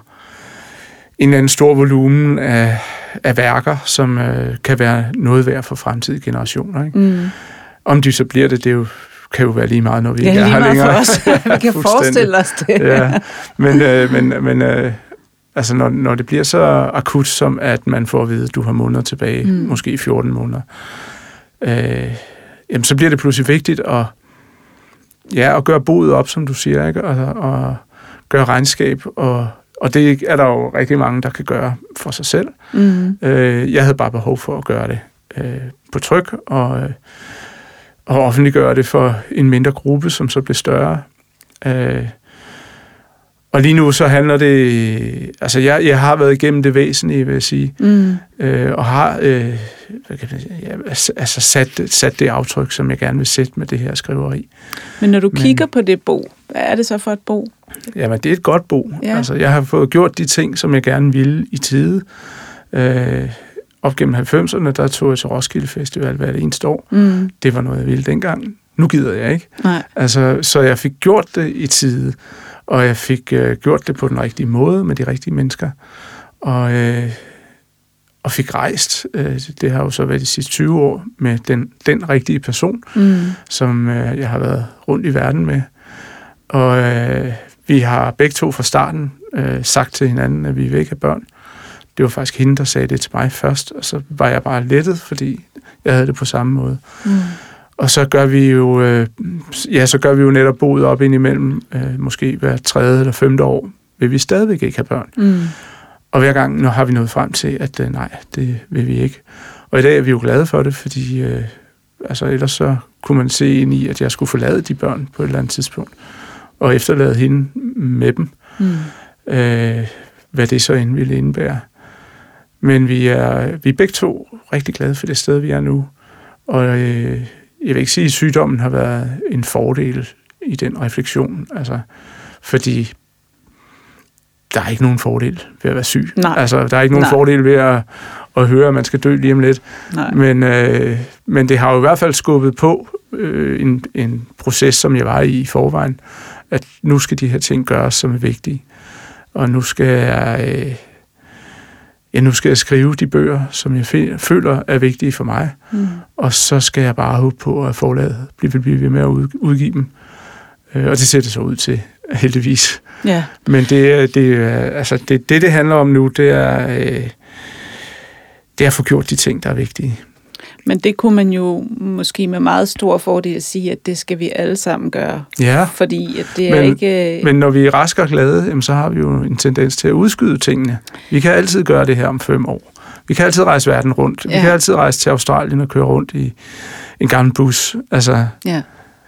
en eller anden stor volumen af, af værker, som øh, kan være noget værd for fremtidige generationer. Ikke? Mm. Om de så bliver det, det er jo, kan jo være lige meget, når vi ja, ikke er her længere. For os. Vi kan forestille os det. ja. Men, øh, men, men øh, altså, når, når det bliver så akut, som at man får at vide, at du har måneder tilbage, mm. måske fjorten måneder, øh, jamen, så bliver det pludselig vigtigt at, ja, at gøre boet op, som du siger, ikke? Og, og gøre regnskab og Og det er der jo rigtig mange, der kan gøre for sig selv. Mm. Øh, jeg havde bare behov for at gøre det øh, på tryk, og, øh, og offentliggøre det for en mindre gruppe, som så blev større. Øh, og lige nu så handler det... Altså, jeg, jeg har været igennem det væsentlige, vil jeg sige, mm. øh, og har øh, hvad kan jeg, ja, altså sat, sat det aftryk, som jeg gerne vil sætte med det her skriveri. Men når du Men, kigger på det bo, hvad er det så for et bo? Jamen, det er et godt bo. Ja. Altså, jeg har fået gjort de ting, som jeg gerne ville i tide. Øh, op gennem halvfemserne, der tog jeg til Roskilde Festival hvert eneste år. Mm. Det var noget, jeg ville dengang. Nu gider jeg ikke. Nej. Altså, så jeg fik gjort det i tide, og jeg fik øh, gjort det på den rigtige måde med de rigtige mennesker. Og, øh, og fik rejst. Øh, det har jo så været de sidste tyve år med den, den rigtige person, mm. som øh, jeg har været rundt i verden med. Og øh, vi har begge to fra starten øh, sagt til hinanden, at vi vil ikke have børn. Det var faktisk hende, der sagde det til mig først, og så var jeg bare lettet, fordi jeg havde det på samme måde. Mm. Og så gør vi jo, øh, ja, så gør vi jo netop boet op indimellem, øh, måske hver tredje eller femte år, vil vi stadigvæk ikke have børn. Mm. Og hver gang, nu har vi nået frem til, at øh, nej, det vil vi ikke. Og i dag er vi jo glade for det, fordi øh, altså, ellers så kunne man se ind i, at jeg skulle forlade de børn på et eller andet tidspunkt, og efterlade hende med dem. Mm. Øh, hvad det så end ville indebære. Men vi er, vi er begge to rigtig glade for det sted, vi er nu. Og øh, jeg vil ikke sige, at sygdommen har været en fordel i den refleksion. Altså, fordi der er ikke nogen fordel ved at være syg. Nej. Altså, der er ikke nogen Nej. fordel ved at, at høre, at man skal dø lige om lidt. Men, øh, men det har jo i hvert fald skubbet på øh, en, en proces, som jeg var i i forvejen. At nu skal de her ting gøres, som er vigtige. Og nu skal jeg... Øh, Ja, nu skal jeg skrive de bøger, som jeg føler er vigtige for mig, mm. og så skal jeg bare håbe på, at forlaget bliver ved med at udgive dem. Og det ser det så ud til, heldigvis. Ja. Men det, det, altså det, det, det handler om nu, det er, øh, det er at få gjort de ting, der er vigtige. Men det kunne man jo måske med meget stor fordel sige, at det skal vi alle sammen gøre. Ja. Fordi at det er men, ikke... Men når vi er raske og glade, jamen, så har vi jo en tendens til at udskyde tingene. Vi kan altid gøre det her om fem år. Vi kan altid rejse verden rundt. Ja. Vi kan altid rejse til Australien og køre rundt i en gammel bus. Altså, ja.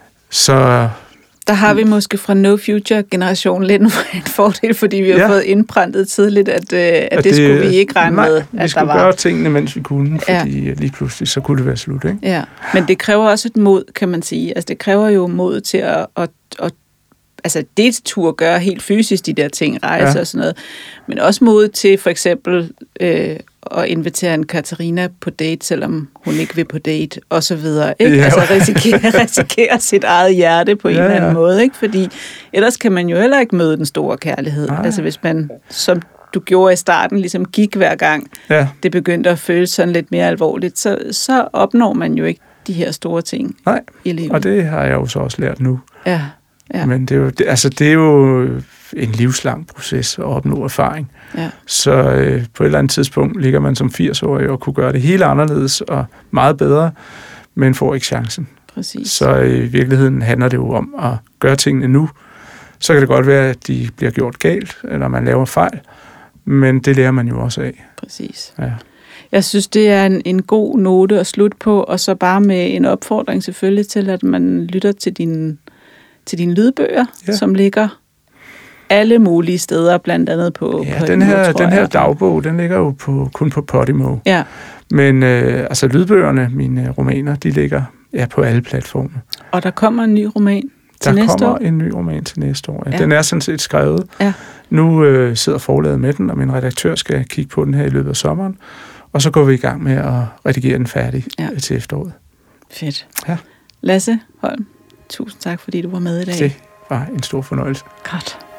Så... Der har vi måske fra No Future-generationen lidt en fordel, fordi vi har ja. fået indprintet tidligt, at, at, at det, det skulle vi ikke regne nej, med, at vi skulle der var. gøre tingene, mens vi kunne, fordi ja. lige pludselig, så kunne det være slut, ikke? Ja, men det kræver også et mod, kan man sige. Altså, det kræver jo mod til at, at, at altså, dels tur gøre helt fysisk de der ting, rejse ja. og sådan noget, men også mod til for eksempel øh, at invitere en Katarina på date, selvom hun ikke vil på date, og så videre. Ikke? Ja. Altså risikere, risikere sit eget hjerte på en ja, ja. eller anden måde, ikke? Fordi ellers kan man jo heller ikke møde den store kærlighed. Nej. Altså hvis man, som du gjorde i starten, ligesom gik hver gang, ja. det begyndte at føles sådan lidt mere alvorligt, så, så opnår man jo ikke de her store ting Nej. i livet. Og det har jeg jo så også lært nu. Ja. Ja. Men det er, jo, det, altså det er jo en livslang proces at opnå erfaring. Ja. Så øh, på et eller andet tidspunkt ligger man som firs-årig og kunne gøre det helt anderledes og meget bedre, men får ikke chancen. Præcis. Så i virkeligheden handler det jo om at gøre tingene nu. Så kan det godt være, at de bliver gjort galt, eller man laver fejl, men det lærer man jo også af. Præcis. Ja. Jeg synes, det er en, en god note at slutte på, og så bare med en opfordring selvfølgelig til, at man lytter til dine til dine lydbøger, ja. som ligger alle mulige steder, blandt andet på ja, på den her, den her dagbog, den ligger jo på, kun på Podimo. Ja. Men øh, altså lydbøgerne, mine romaner, de ligger ja, på alle platforme. Og der kommer en ny roman til der næste år? Der kommer en ny roman til næste år. Ja. Ja. Den er sådan set skrevet. Ja. Nu øh, sidder forlaget med den, og min redaktør skal kigge på den her i løbet af sommeren. Og så går vi i gang med at redigere den færdig ja. til efteråret. Fedt. Ja. Lasse Holm, tusind tak, fordi du var med i dag. Det var en stor fornøjelse. Godt.